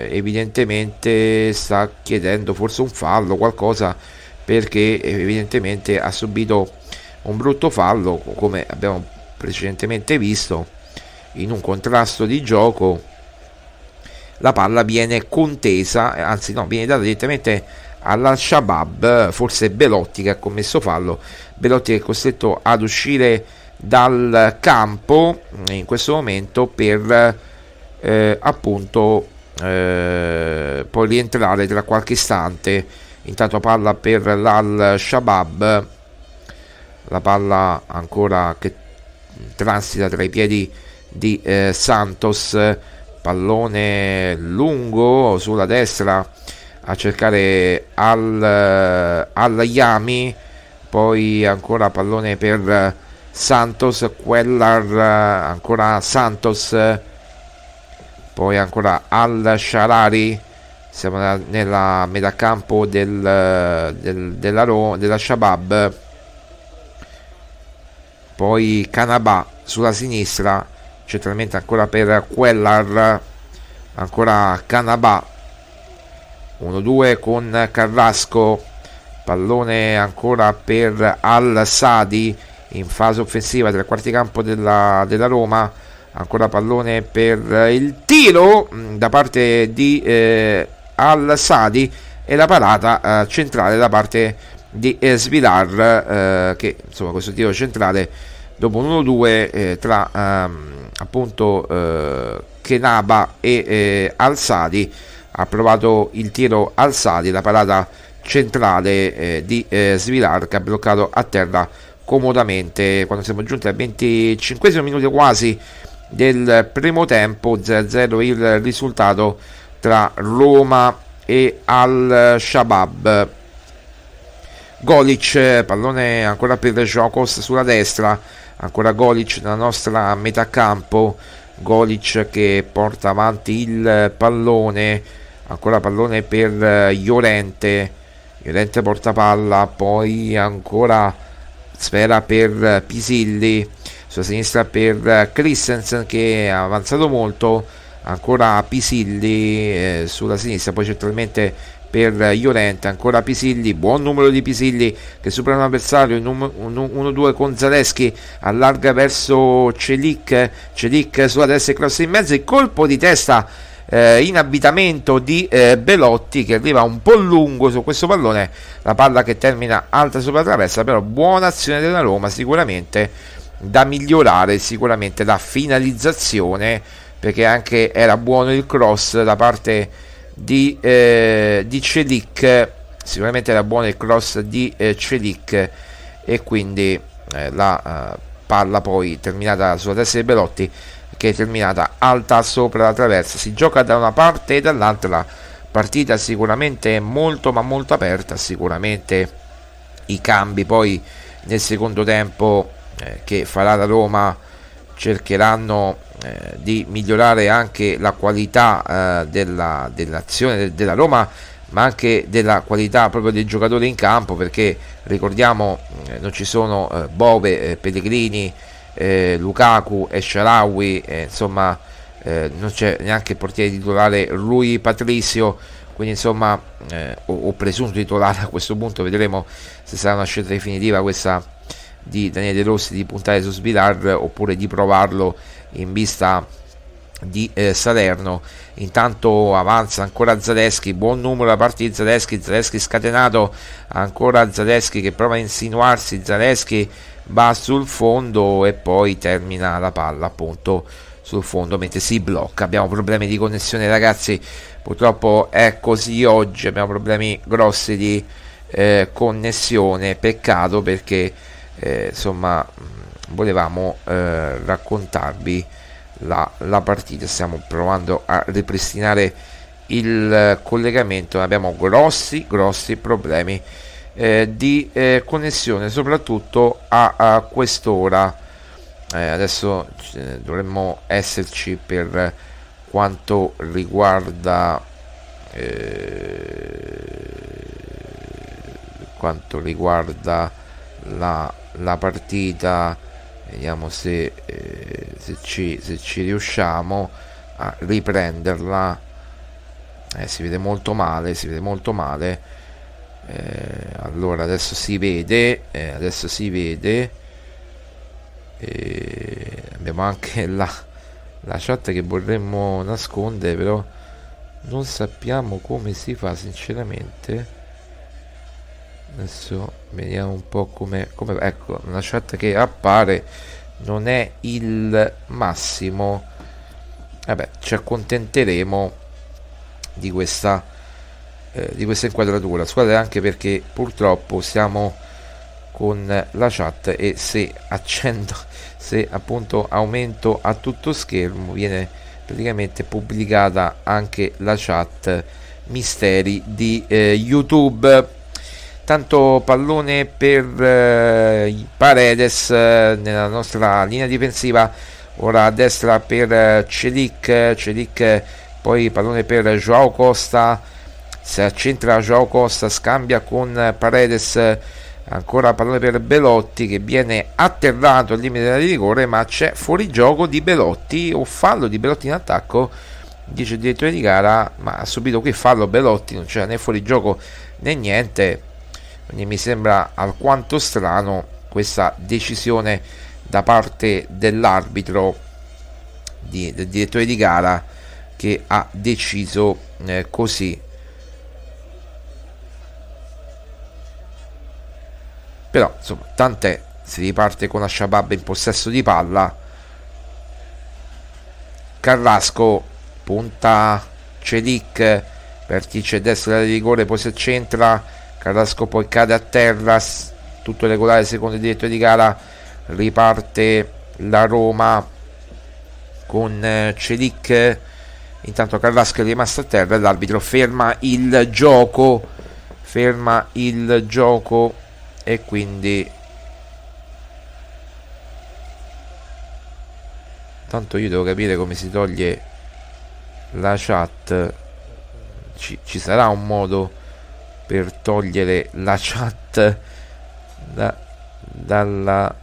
evidentemente sta chiedendo forse un fallo, qualcosa, perché evidentemente ha subito un brutto fallo, come abbiamo precedentemente visto. In un contrasto di gioco la palla viene contesa, anzi no, viene data direttamente all'Al-Shabaab, forse Belotti che ha commesso fallo, Belotti che è costretto ad uscire dal campo in questo momento per appunto poi rientrare tra qualche istante. Intanto palla per l'Al-Shabaab, la palla ancora che transita tra i piedi di Santos, pallone lungo sulla destra a cercare al-Yami, poi ancora pallone per Santos, Quellar, ancora Santos, poi ancora al-Sharari. Siamo nella metà campo della Shabab, poi Canabà sulla sinistra, centralmente ancora per Quellar, ancora Canabà, 1-2 con Carrasco, pallone ancora per Al-Sadi in fase offensiva del quarticampo della Roma, ancora pallone per il tiro da parte di Al-Sadi e la parata centrale da parte di Svilar, che insomma questo tiro centrale dopo 1-2 tra appunto Kenaba e Al-Sadi. Ha provato il tiro Al-Sadi, la parata centrale di Svilar, che ha bloccato a terra comodamente. Quando siamo giunti al 25 minuto quasi del primo tempo, 0-0 il risultato tra Roma e Al-Shabaab. Golic, pallone ancora per Jokos sulla destra, ancora Golic nella nostra metà campo, Golic che porta avanti il pallone, ancora pallone per Llorente porta palla, poi ancora sfera per Pisilli, sulla sinistra per Christensen che ha avanzato molto, ancora Pisilli sulla sinistra, poi centralmente per Llorente, ancora Pisilli, buon numero di Pisilli che supera un avversario, 1-2 con Zaleschi, allarga verso Celic sulla destra e cross in mezzo, il colpo di testa in abitamento di Belotti che arriva un po' lungo su questo pallone, la palla che termina alta sopra la traversa, però buona azione della Roma, sicuramente da migliorare, sicuramente la finalizzazione, perché anche era buono il cross da parte di Celic, sicuramente era buono il cross di Celic, e quindi la palla poi terminata sulla testa di Belotti che è terminata alta sopra la traversa. Si gioca da una parte e dall'altra, la partita sicuramente molto ma molto aperta, sicuramente i cambi poi nel secondo tempo che farà la Roma cercheranno di migliorare anche la qualità dell'azione della Roma, ma anche della qualità proprio dei giocatori in campo, perché ricordiamo non ci sono Bove, Pellegrini, Lukaku e Shaarawy, insomma non c'è neanche il portiere titolare Rui Patricio, quindi insomma o presunto titolare a questo punto, vedremo se sarà una scelta definitiva questa di Daniele De Rossi di puntare su Svilar oppure di provarlo in vista di Salerno. Intanto avanza ancora Zaleschi, buon numero da parte di Zaleschi scatenato, ancora Zaleschi che prova a insinuarsi, Zaleschi va sul fondo e poi termina la palla appunto sul fondo mentre si blocca. Abbiamo problemi di connessione, ragazzi, purtroppo è così oggi, abbiamo problemi grossi di connessione, peccato, perché insomma volevamo raccontarvi la partita. Stiamo provando a ripristinare il collegamento, abbiamo grossi problemi di connessione, soprattutto a quest'ora. Adesso dovremmo esserci per quanto riguarda la partita. Vediamo se ci riusciamo a riprenderla. Si vede molto male, si vede molto male. Allora adesso si vede, abbiamo anche la chat che vorremmo nascondere, però non sappiamo come si fa sinceramente. Adesso vediamo un po' come ecco, una chat che appare non è il massimo. Vabbè, ci accontenteremo di questa inquadratura, scusate, anche perché purtroppo siamo con la chat e se appunto aumento a tutto schermo viene praticamente pubblicata anche la chat misteri di YouTube. Tanto pallone per Paredes nella nostra linea difensiva, ora a destra per Celic, poi pallone per Joao Costa, si accentra Joao Costa, scambia con Paredes, ancora pallone per Belotti che viene atterrato al limite della rigore, ma c'è fuorigioco di Belotti o fallo di Belotti in attacco, dice il direttore di gara, ma ha subito qui fallo Belotti, non c'era né fuorigioco né niente. Quindi mi sembra alquanto strano questa decisione da parte dell'arbitro, del direttore di gara, che ha deciso così. Però insomma, tant'è, si riparte con Al-Shabaab in possesso di palla. Carrasco punta Celic, vertice destra di rigore, poi si accentra. Carrasco poi cade a terra, tutto regolare secondo il direttore di gara. Riparte la Roma con Celic, intanto Carrasco è rimasto a terra e l'arbitro ferma il gioco e quindi tanto io devo capire come si toglie la chat. Ci sarà un modo per togliere la chat da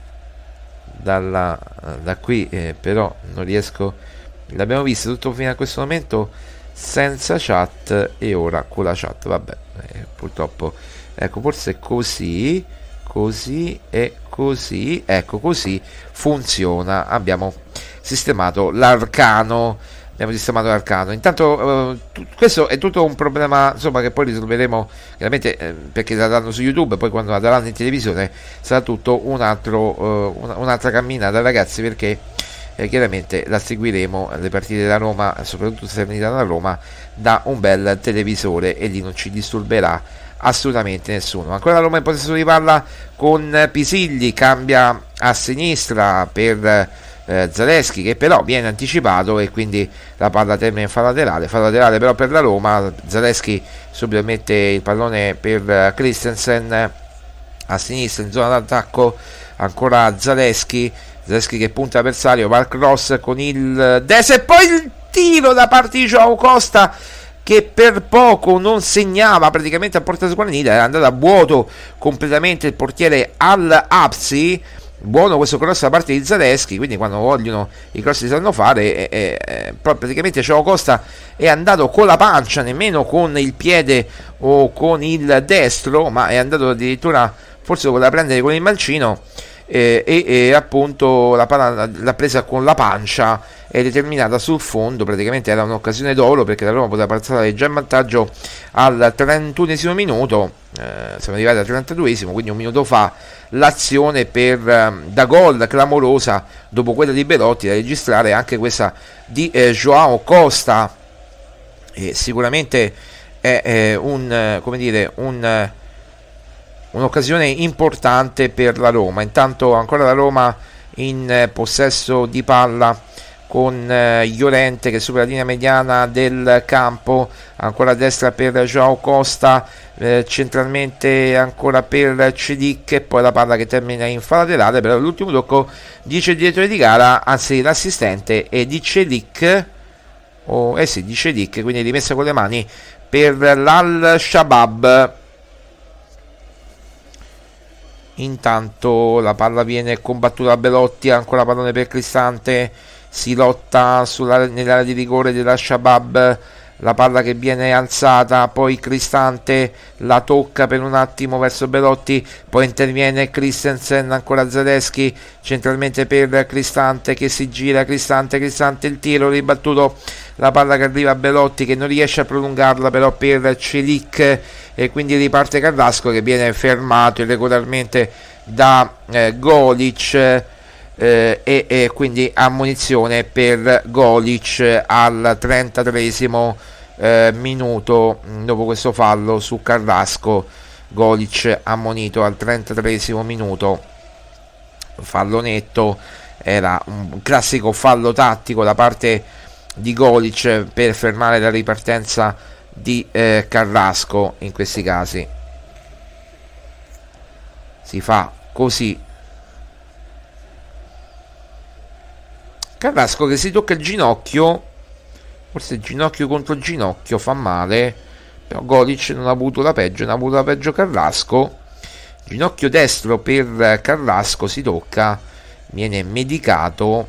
qui, però non riesco. L'abbiamo visto tutto fino a questo momento senza chat e ora con la chat, vabbè, purtroppo, ecco, forse così e così, ecco, così funziona. Abbiamo sistemato l'arcano. Intanto questo è tutto un problema, insomma, che poi risolveremo chiaramente, perché saranno su YouTube, poi quando la daranno in televisione sarà tutto un'altra camminata, ragazzi, perché chiaramente la seguiremo le partite della Roma, soprattutto Salernitana da Roma, da un bel televisore e lì non ci disturberà assolutamente nessuno. Ancora la Roma in possesso di palla con Pisilli, cambia a sinistra per Zaleschi, che però viene anticipato e quindi la palla termina in fallo laterale però per la Roma. Zaleschi subito mette il pallone per Christensen a sinistra in zona d'attacco, ancora Zaleschi che punta l'avversario, va al cross con il destro e poi il tiro da parte di Joao Costa che per poco non segnava praticamente a porta sguarnita, era andato a vuoto completamente il portiere Al-Absi. Buono questo cross da parte di Zaleschi, quindi quando vogliono i cross si sanno fare, praticamente Joao Costa è andato con la pancia, nemmeno con il piede o con il destro, ma è andato addirittura, forse lo voleva prendere con il mancino, e appunto la palla l'ha presa con la pancia e determinata sul fondo. Praticamente era un'occasione d'oro perché la Roma poteva passare già in vantaggio al 31esimo minuto. Siamo arrivati al 32esimo, quindi un minuto fa l'azione da gol clamorosa dopo quella di Belotti, da registrare anche questa di Joao Costa. Sicuramente è un'occasione importante per la Roma. Intanto ancora la Roma in possesso di palla con Llorente che supera la linea mediana del campo, ancora a destra per Joao Costa, centralmente ancora per Celic e poi la palla che termina in fallo laterale. Però l'ultimo tocco, dice il direttore di gara, anzi l'assistente, è di Celic, di Celic, quindi rimessa con le mani per l'Al-Shabaab. Intanto la palla viene combattuta da Belotti, ancora pallone per Cristante, si lotta nell'area di rigore della Shabab, la palla che viene alzata, poi Cristante la tocca per un attimo verso Belotti, poi interviene Christensen, ancora Zalewski centralmente per Cristante che si gira, Cristante, il tiro ribattuto, la palla che arriva a Belotti che non riesce a prolungarla però per Celic, e quindi riparte Carrasco che viene fermato irregolarmente da Golic, e quindi ammonizione per Golic al 33esimo minuto. Dopo questo fallo su Carrasco, Golic ammonito al 33esimo minuto, fallo netto, era un classico fallo tattico da parte di Golic per fermare la ripartenza di Carrasco. In questi casi si fa così. Carrasco che si tocca il ginocchio, forse ginocchio contro ginocchio, fa male, però Golic non ha avuto la peggio, non ha avuto la peggio Carrasco. Ginocchio destro per Carrasco, si tocca, viene medicato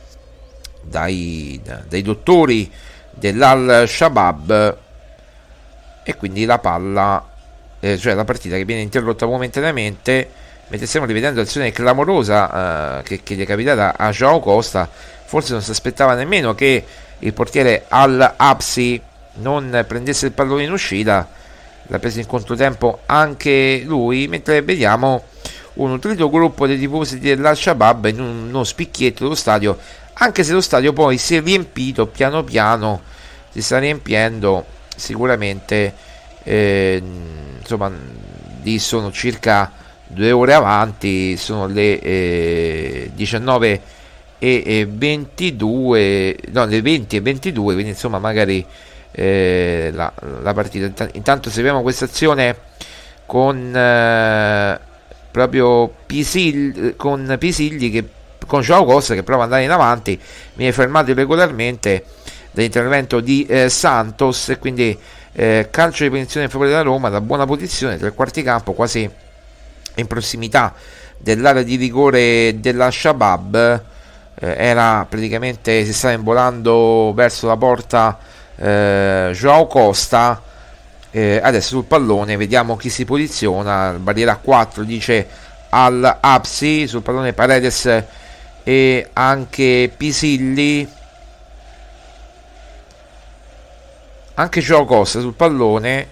dai dottori dell'Al-Shabaab, e quindi la palla, cioè la partita che viene interrotta momentaneamente, mentre stiamo rivedendo l'azione clamorosa che gli è capitata a João Costa. Forse non si aspettava nemmeno che il portiere Al-Absi non prendesse il pallone in uscita, l'ha preso in controtempo anche lui, mentre vediamo un nutrito gruppo dei tifosi dell'Al-Shabaab in uno spicchietto dello stadio, anche se lo stadio poi si è riempito piano piano, si sta riempiendo sicuramente, insomma lì sono circa 2 ore avanti, sono le 19 e 22, no, le 20 e 22, quindi insomma magari la partita. Intanto seguiamo questa azione con proprio Pisilli, con João Costa che prova ad andare in avanti, viene fermato irregolarmente dall'intervento di Santos, e quindi calcio di punizione in favore della Roma da buona posizione, tre quarti campo, quasi in prossimità dell'area di rigore della Shabab. Era praticamente, si stava involando verso la porta João Costa. Adesso sul pallone vediamo chi si posiziona, barriera 4 dice Al-Absi, sul pallone Paredes e anche Pisilli, anche João Costa sul pallone,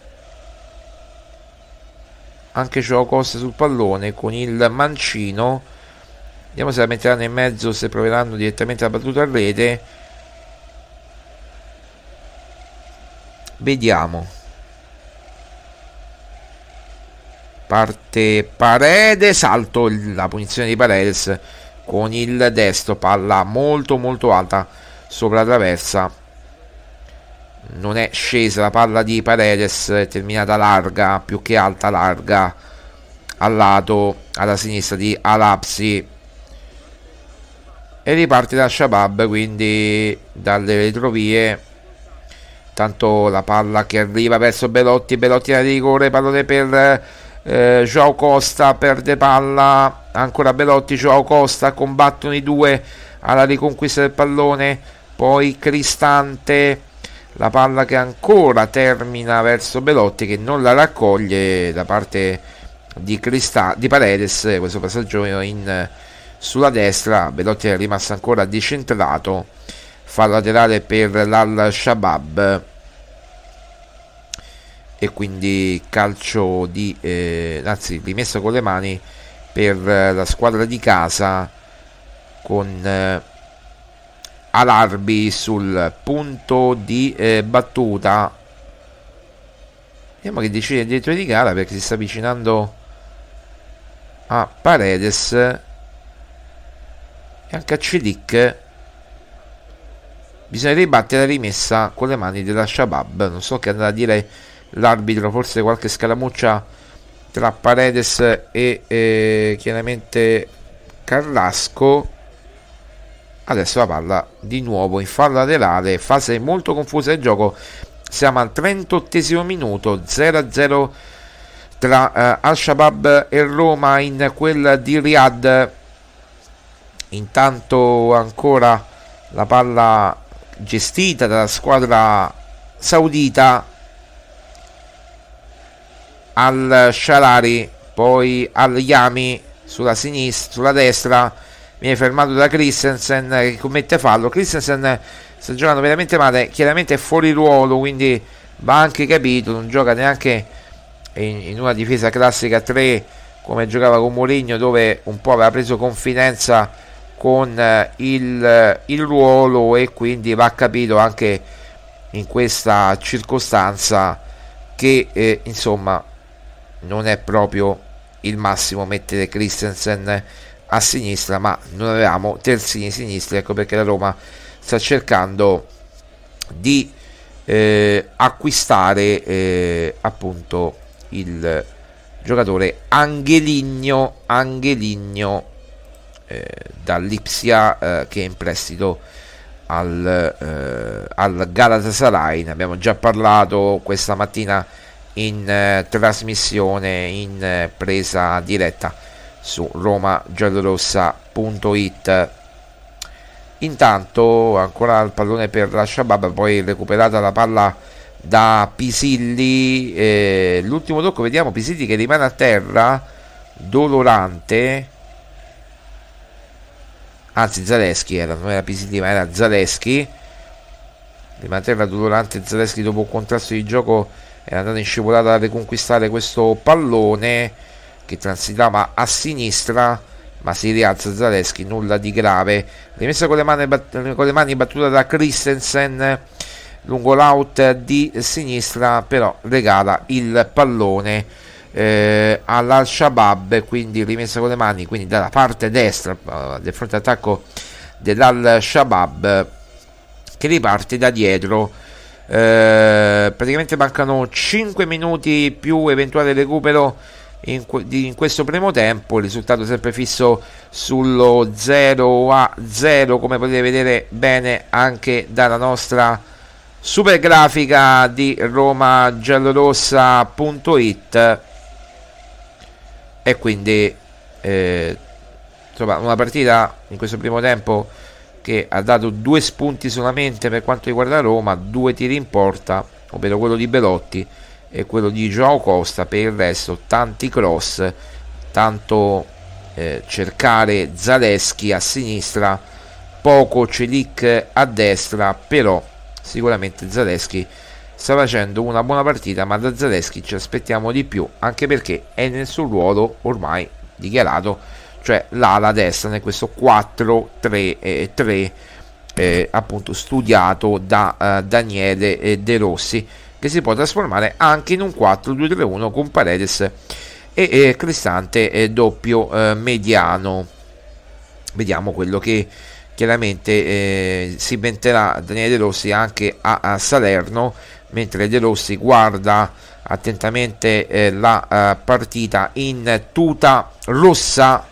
con il mancino. Vediamo se la metteranno in mezzo, se proveranno direttamente la battuta a rete. Vediamo. Parte Paredes, salto la punizione di Paredes con il destro, palla molto molto alta sopra la traversa. Non è scesa la palla di Paredes, è terminata larga, più che alta, larga, al lato, alla sinistra di Al-Absi. E riparte da Shabab, quindi dalle retrovie. Tanto la palla che arriva verso Belotti da rigore, pallone per João Costa, perde palla, ancora Belotti, João Costa, combattono i due alla riconquista del pallone, poi Cristante, la palla che ancora termina verso Belotti che non la raccoglie da parte di Paredes, questo passaggio sulla destra. Belotti è rimasto ancora decentrato, fa laterale per l'Al-Shabaab, e quindi calcio di rimessa con le mani per la squadra di casa, con Alarbi sul punto di battuta. Vediamo che decide il direttore di gara, perché si sta avvicinando a Paredes e anche a Celic. Bisogna ribattere la rimessa con le mani della Shabab. Non so che andrà a dire l'arbitro, forse qualche scaramuccia tra Paredes e chiaramente Carrasco. Adesso la palla di nuovo in fallo laterale, fase molto confusa del gioco. Siamo al 38esimo minuto, 0-0 tra Al-Shabaab e Roma in quel di Riyadh. Intanto ancora la palla gestita dalla squadra Saudita, al Shalari, poi al Yami sulla sinistra, sulla destra, viene fermato da Christensen che commette fallo. Christensen sta giocando veramente male, chiaramente è fuori ruolo, quindi va anche capito, non gioca neanche in una difesa classica 3 come giocava con Mourinho, dove un po' aveva preso confidenza con il ruolo, e quindi va capito anche in questa circostanza che insomma non è proprio il massimo mettere Christensen a sinistra, ma non avevamo terzini sinistri, ecco perché la Roma sta cercando di acquistare appunto il giocatore Angeligno dall'Ipsia, che è in prestito al Galatasaray. Ne abbiamo già parlato questa mattina in trasmissione, in presa diretta su romagiallorossa.it. Intanto ancora il pallone per la Shabab, poi recuperata la palla da Pisilli, l'ultimo tocco, vediamo Pisilli che rimane a terra, dolorante, anzi Zaleschi non era Pisilli ma era Zaleschi, rimane a terra dolorante Zaleschi dopo un contrasto di gioco, è andato in scivolata a riconquistare questo pallone che transitava a sinistra, ma si rialza Zaleschi, nulla di grave, rimessa con le mani battuta da Christensen lungo l'out di sinistra, però regala il pallone all'Al-Shabaab, quindi rimessa con le mani, quindi dalla parte destra del fronte attacco dell'Al-Shabaab, che riparte da dietro. Praticamente mancano 5 minuti più eventuale recupero in questo primo tempo, il risultato sempre fisso sullo 0-0, come potete vedere bene anche dalla nostra super grafica di romagiallorossa.it. E quindi insomma una partita in questo primo tempo che ha dato 2 spunti solamente per quanto riguarda Roma, 2 tiri in porta, ovvero quello di Belotti e quello di Joao Costa. Per il resto tanti cross, tanto cercare Zaleschi a sinistra, poco Celik a destra, però sicuramente Zaleschi sta facendo una buona partita, ma da Zaleschi ci aspettiamo di più, anche perché è nel suo ruolo ormai dichiarato, cioè l'ala destra, in questo 4-3-3 appunto studiato da Daniele De Rossi, che si può trasformare anche in un 4-2-3-1 con Paredes e Cristante doppio mediano. Vediamo quello che chiaramente si inventerà Daniele De Rossi anche a Salerno, mentre De Rossi guarda attentamente la partita in tuta rossa,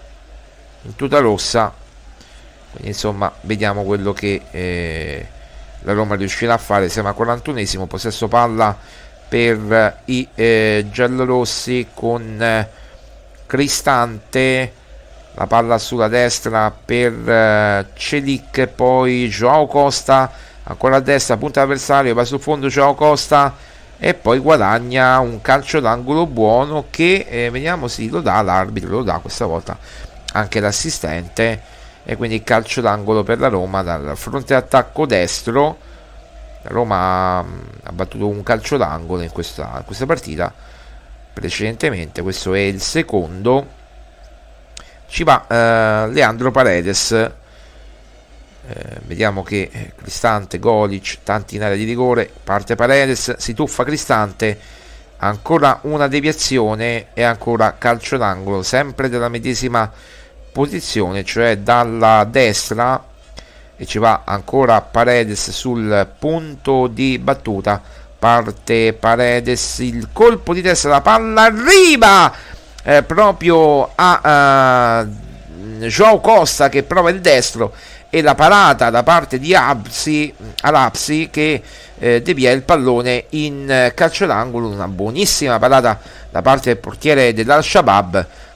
quindi insomma vediamo quello che la Roma riuscirà a fare. Siamo al 41esimo, possesso palla per i giallorossi con Cristante, la palla sulla destra per Celik, poi Joao Costa ancora a destra, punta l'avversario, va sul fondo Joao Costa e poi guadagna un calcio d'angolo buono che vediamo, sì, lo dà l'arbitro, lo dà questa volta anche l'assistente, e quindi calcio d'angolo per la Roma dal fronte attacco destro. La Roma ha battuto un calcio d'angolo in questa partita precedentemente, questo è il secondo. Ci va Leandro Paredes, vediamo che Cristante, Golic, tanti in area di rigore, parte Paredes, si tuffa Cristante, ancora una deviazione e ancora calcio d'angolo, sempre della medesima posizione, cioè dalla destra, e ci va ancora Paredes sul punto di battuta, parte Paredes, il colpo di testa, la palla arriva proprio a Joao Costa che prova il destro, e la parata da parte di Alapsi che devia il pallone in calcio d'angolo. Una buonissima parata da parte del portiere dell'Al-Shabaab,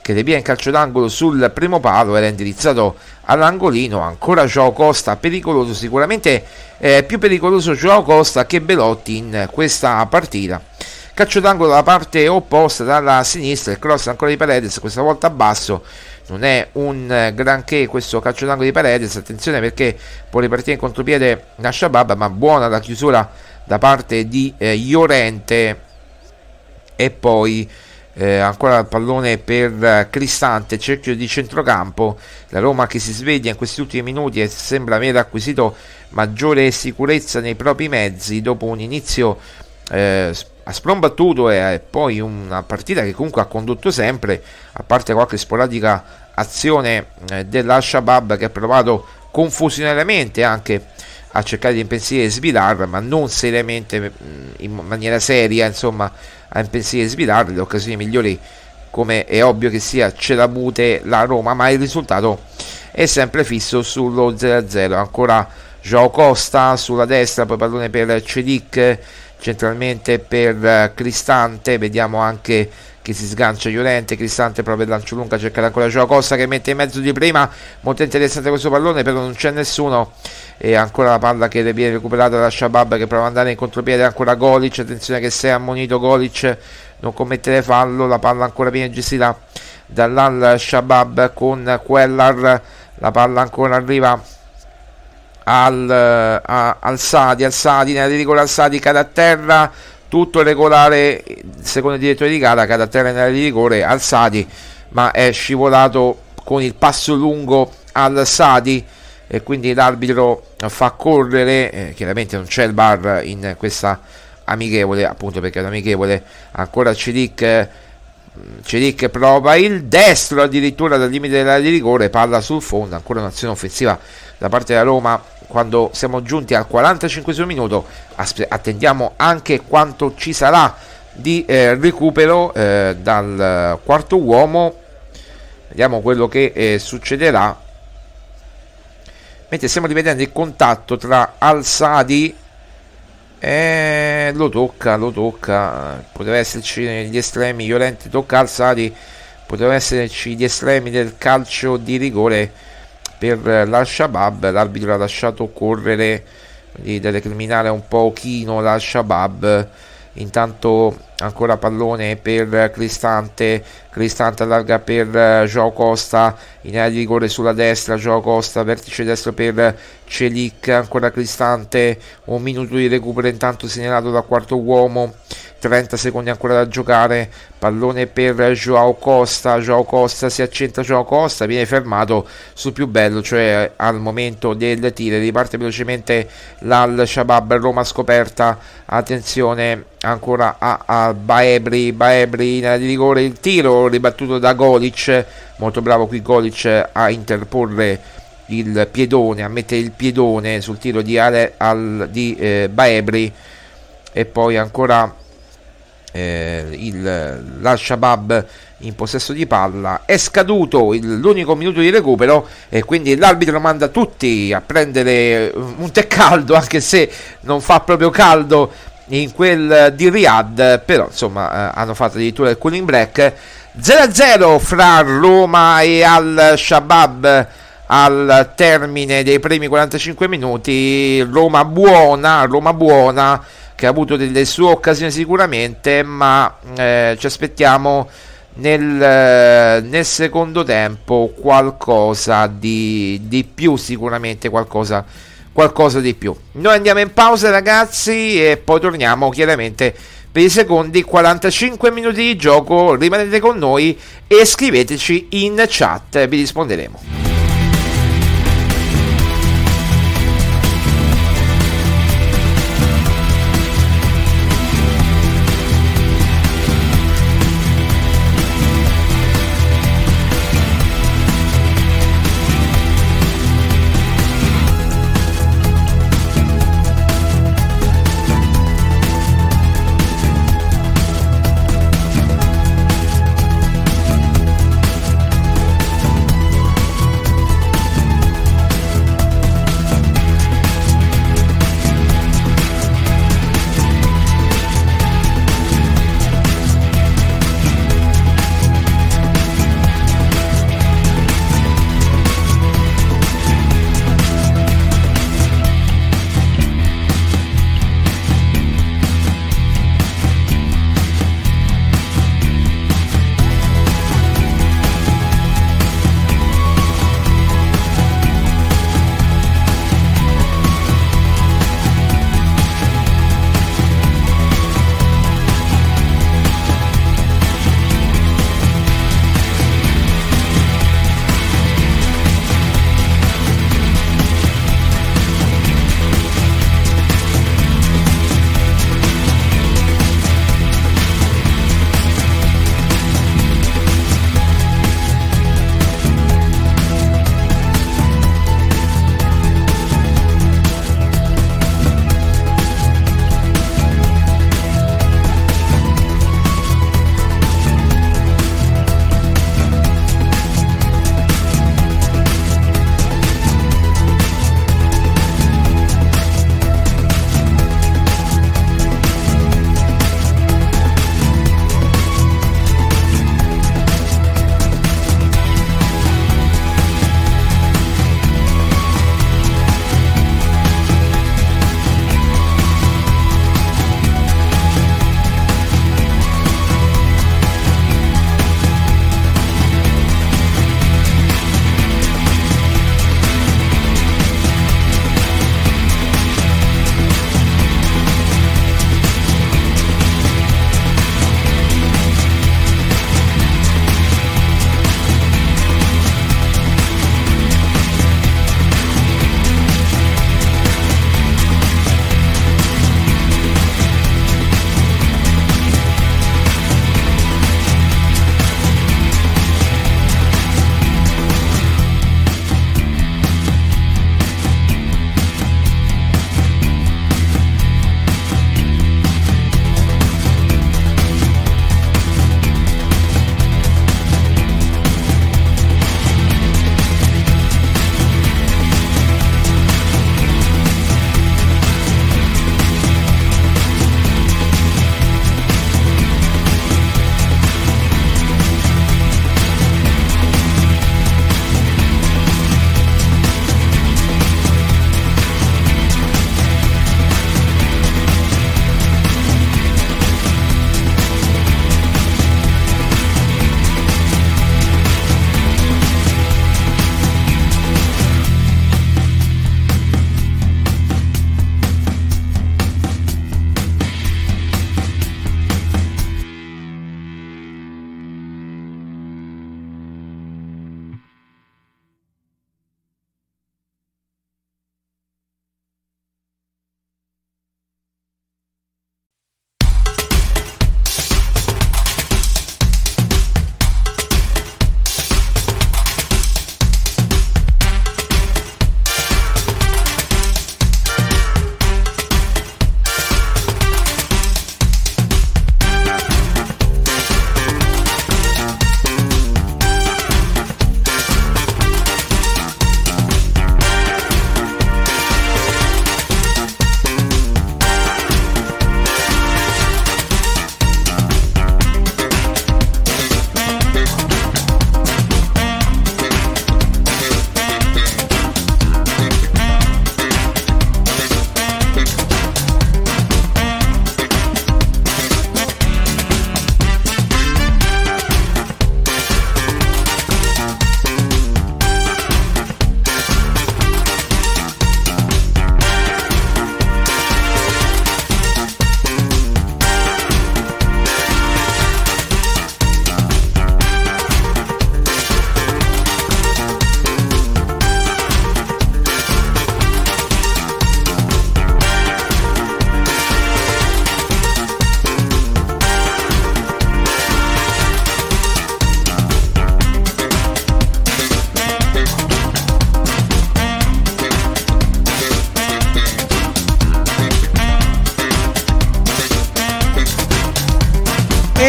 che devia in calcio d'angolo sul primo palo, era indirizzato all'angolino. Ancora João Costa, pericoloso, sicuramente più pericoloso João Costa che Belotti in questa partita. Calcio d'angolo dalla parte opposta, dalla sinistra, il cross ancora di Paredes, questa volta basso. Non è un granché questo calcio d'angolo di Paredes, attenzione perché può ripartire in contropiede Al-Shabaab, ma buona la chiusura da parte di Llorente. E poi ancora il pallone per Cristante, cerchio di centrocampo. La Roma che si sveglia in questi ultimi minuti e sembra aver acquisito maggiore sicurezza nei propri mezzi dopo un inizio a sprombattuto e poi una partita che comunque ha condotto sempre, a parte qualche sporadica azione dell'Al-Shabaab che ha provato confusionariamente anche a cercare di impensierire Svilar, ma non seriamente, in maniera seria, insomma, a impensierire Svilar. Le occasioni migliori, come è ovvio che sia, ce l'ha avute la Roma, ma il risultato è sempre fisso sullo 0-0. Ancora João Costa sulla destra, poi pallone per Celic, centralmente per Cristante. Vediamo anche che si sgancia Llorente, Cristante prova il lancio lungo, cerca ancora João Costa che mette in mezzo di prima, molto interessante questo pallone, però non c'è nessuno. E ancora la palla che viene recuperata da Shabab che prova ad andare in contropiede, ancora Golic, attenzione che se è ammonito Golic, non commettere fallo. La palla ancora viene gestita dall'Al-Shabaab con Quellar, la palla ancora arriva al Sadi nella rigore, al Sadi cade a terra, tutto regolare secondo il direttore di gara, cade a terra nella rigore al Sadi, ma è scivolato con il passo lungo al Sadi e quindi l'arbitro fa correre, chiaramente non c'è il VAR in questa amichevole, appunto perché è un'amichevole. Ancora Celic prova il destro addirittura dal limite dell'area di rigore, palla sul fondo, ancora un'azione offensiva da parte della Roma. Quando siamo giunti al 45esimo minuto attendiamo anche quanto ci sarà di recupero dal quarto uomo, vediamo quello che succederà. Mentre stiamo rivedendo il contatto tra Al-Sadi lo tocca, poteva esserci gli estremi, Llorente tocca Al-Sadi, potevano esserci gli estremi del calcio di rigore per l'Al-Shabaab. L'arbitro ha lasciato correre, quindi deve criminare un pochino l'Al-Shabaab. Intanto ancora pallone per Cristante allarga per João Costa in area di rigore sulla destra, João Costa vertice destro per Celic, ancora Cristante, un minuto di recupero intanto segnalato dal quarto uomo, 30 secondi ancora da giocare, pallone per João Costa si accentra, João Costa viene fermato sul più bello, cioè al momento del tiro, riparte velocemente l'Al-Shabaab, Roma scoperta, attenzione ancora a Baebri in area di rigore, il tiro ribattuto da Golic, molto bravo qui Golic a interporre il piedone, a mettere il piedone sul tiro di Baebri. E poi ancora l'Al-Shabaab in possesso di palla, è scaduto l'unico minuto di recupero e quindi l'arbitro manda tutti a prendere un tè caldo, anche se non fa proprio caldo in quel di Riyadh, però insomma hanno fatto addirittura il cooling break. 0-0 fra Roma e Al-Shabaab al termine dei primi 45 minuti. Roma buona che ha avuto delle sue occasioni sicuramente, ma ci aspettiamo nel secondo tempo qualcosa di più, sicuramente qualcosa di più. Noi andiamo in pausa ragazzi e poi torniamo chiaramente per i secondi 45 minuti di gioco. Rimanete con noi e scriveteci in chat, vi risponderemo.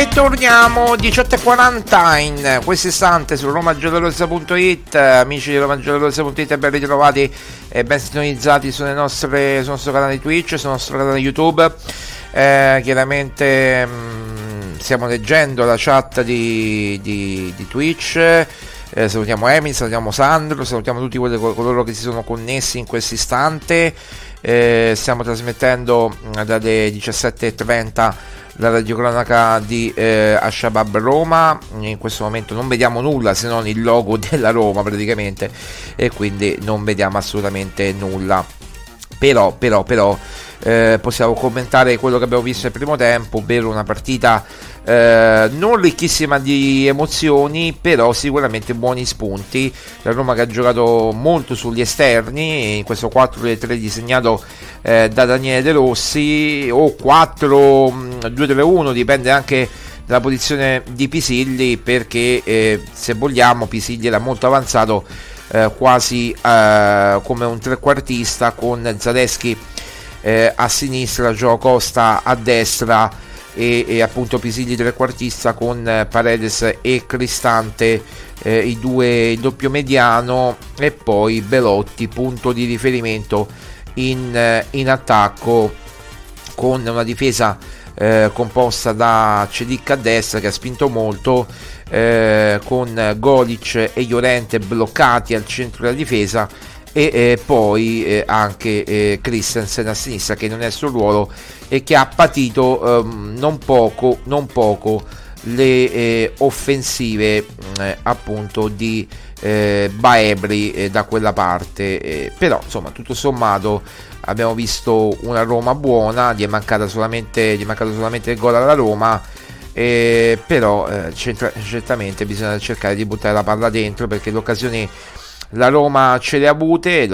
E torniamo 18:40 in questo istante su romagiallorossa.it. Amici di romagiallorossa.it, ben ritrovati e ben sintonizzati sul nostro canale Twitch, sul nostro canale YouTube. Chiaramente stiamo leggendo la chat di Twitch. Salutiamo Emil, salutiamo Sandro, salutiamo tutti coloro che si sono connessi in questo istante. Stiamo trasmettendo dalle 17:30 la radiocronaca di Al-Shabaab Roma. In questo momento non vediamo nulla se non il logo della Roma praticamente, e quindi non vediamo assolutamente nulla. Però possiamo commentare quello che abbiamo visto nel primo tempo, ovvero una partita non ricchissima di emozioni, però sicuramente buoni spunti. La Roma che ha giocato molto sugli esterni in questo 4-3 disegnato da Daniele De Rossi, o 4-2-3-1, dipende anche dalla posizione di Pisilli, perché se vogliamo Pisilli era molto avanzato, quasi come un trequartista, con Zalewski a sinistra, Joao Costa a destra e appunto Pisilli trequartista, con Paredes e Cristante il doppio mediano, e poi Belotti punto di riferimento in attacco, con una difesa composta da Celic a destra, che ha spinto molto, con Golic e Llorente bloccati al centro della difesa, e poi anche Christensen a sinistra, che non è il suo ruolo e che ha patito non poco le offensive appunto di Baebri da quella parte, però insomma tutto sommato abbiamo visto una Roma buona. Gli è mancato solamente il gol alla Roma, però certamente bisogna cercare di buttare la palla dentro, perché le occasioni la Roma ce le ha avute,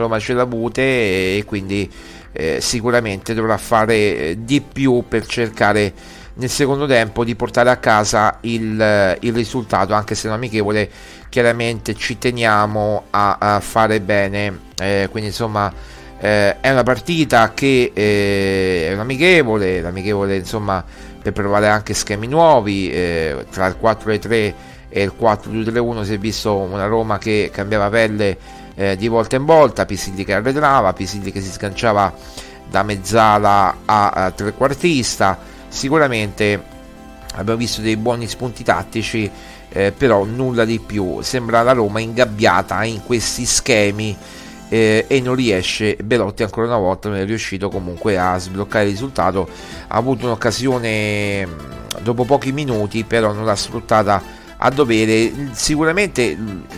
e quindi sicuramente dovrà fare di più per cercare nel secondo tempo di portare a casa il risultato, anche se è un amichevole. Chiaramente ci teniamo a fare bene, quindi insomma è una partita che è un amichevole insomma, per provare anche schemi nuovi. Tra il 4-3 e il 4-2-3-1 si è visto una Roma che cambiava pelle di volta in volta, Pisilli che arretrava, Pisilli che si sganciava da mezzala a trequartista. Sicuramente abbiamo visto dei buoni spunti tattici, però nulla di più. Sembra la Roma ingabbiata in questi schemi, e non riesce. Belotti ancora una volta non è riuscito comunque a sbloccare il risultato. Ha avuto un'occasione dopo pochi minuti, però non l'ha sfruttata a dovere. Sicuramente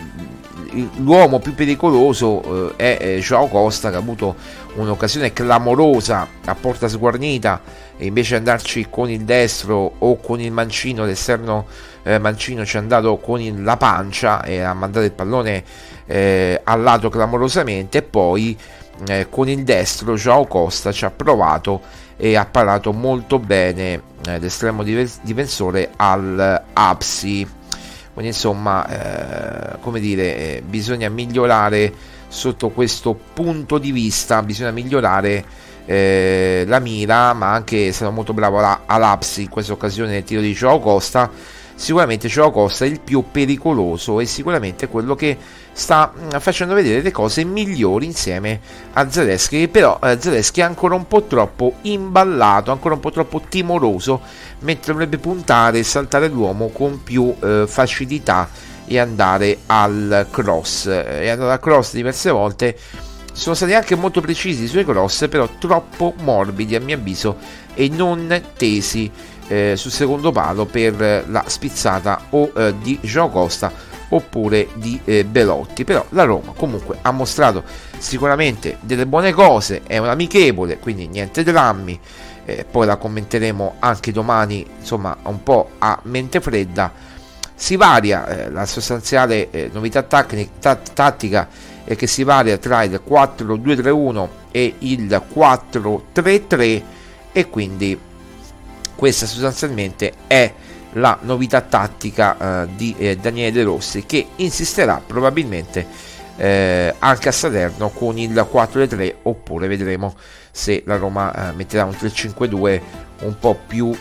l'uomo più pericoloso è Joao Costa, che ha avuto un'occasione clamorosa a porta sguarnita, e invece di andarci con il destro o con il mancino, l'esterno mancino ci è andato con la pancia e ha mandato il pallone al lato clamorosamente. E poi con il destro Joao Costa ci ha provato e ha parato molto bene l'estremo difensore al Apsi. Quindi insomma bisogna migliorare sotto questo punto di vista, bisogna migliorare la mira, ma anche è stato molto bravo all'Apsi in questa occasione nel tiro di Joao Costa. Sicuramente Joao Costa è il più pericoloso e sicuramente quello che sta facendo vedere le cose migliori insieme a Zalewski, però Zalewski è ancora un po' troppo imballato, ancora un po' troppo timoroso, mentre dovrebbe puntare e saltare l'uomo con più facilità e andare al cross. È andato al cross diverse volte, sono stati anche molto precisi i suoi cross, però troppo morbidi a mio avviso e non tesi sul secondo palo per la spizzata o di Joao Costa oppure di Belotti. Però la Roma comunque ha mostrato sicuramente delle buone cose, è un amichevole, quindi niente drammi. Poi la commenteremo anche domani, insomma un po' a mente fredda. Si varia, la sostanziale novità tattica è che si varia tra il 4-2-3-1 e il 4-3-3, e quindi questa sostanzialmente è la novità tattica di Daniele De Rossi, che insisterà probabilmente anche a Salerno con il 4-3, oppure vedremo se la Roma metterà un 3-5-2 un po' più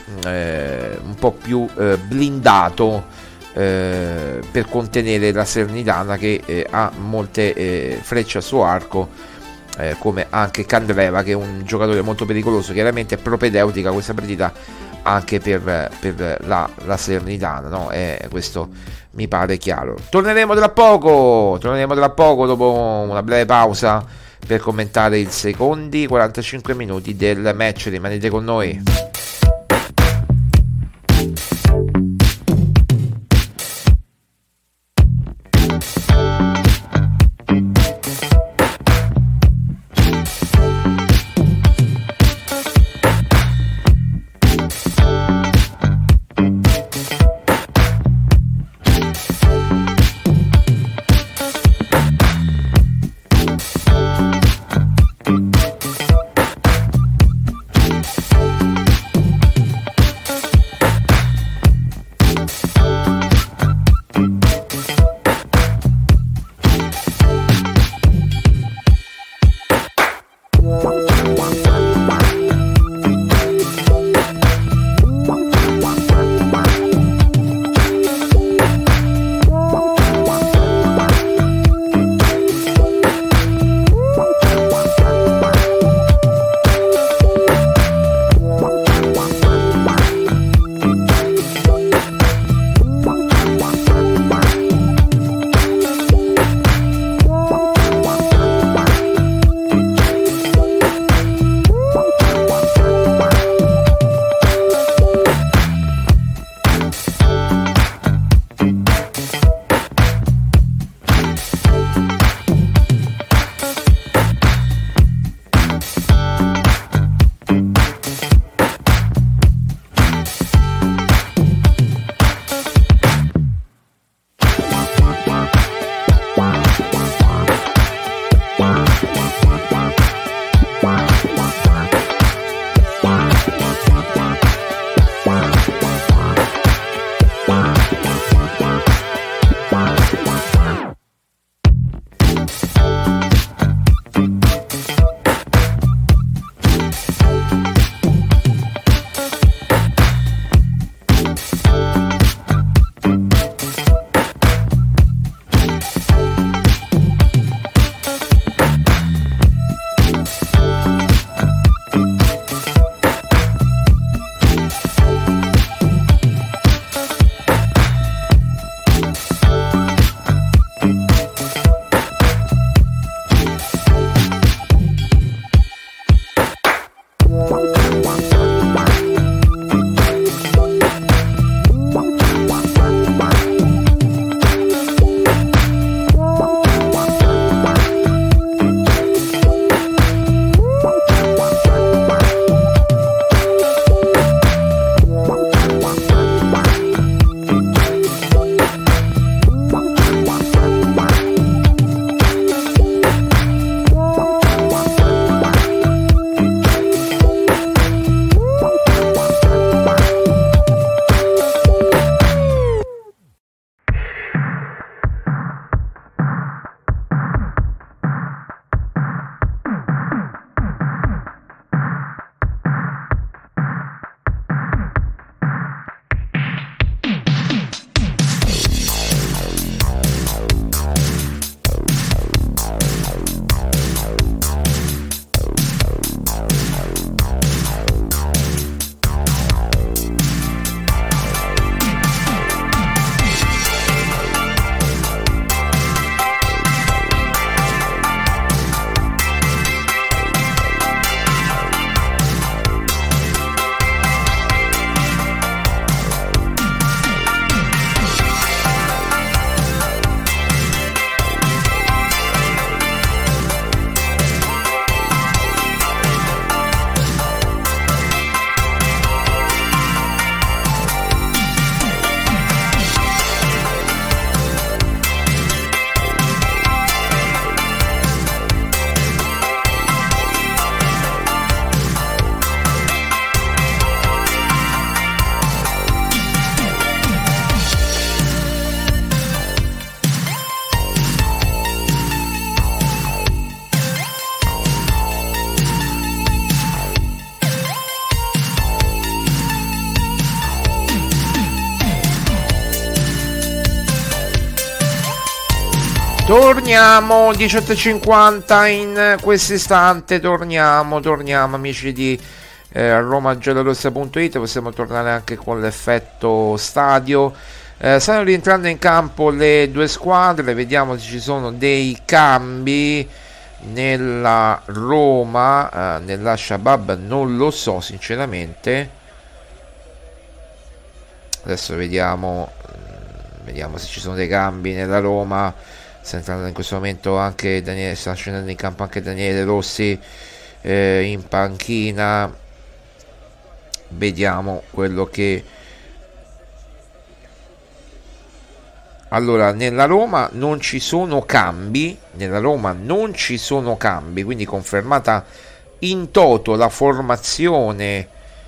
blindato per contenere la Salernitana, che ha molte frecce al suo arco, come anche Candreva, che è un giocatore molto pericoloso. Chiaramente è propedeutica questa partita anche per la Salernitana, no? Questo mi pare chiaro. Torneremo tra poco dopo una breve pausa per commentare i secondi 45 minuti del match. Rimanete con noi. Torniamo 18:50 in questo istante, torniamo amici di romagiallorossa.it. Possiamo tornare anche con l'effetto stadio. Stanno rientrando in campo le due squadre, vediamo se ci sono dei cambi nella Roma, nella Shabab non lo so sinceramente. Adesso vediamo se ci sono dei cambi nella Roma. Sta entrando in questo momento anche Daniele, sta scendendo in campo anche Daniele Rossi in panchina. Vediamo quello che... Allora, nella Roma non ci sono cambi, quindi confermata in toto la formazione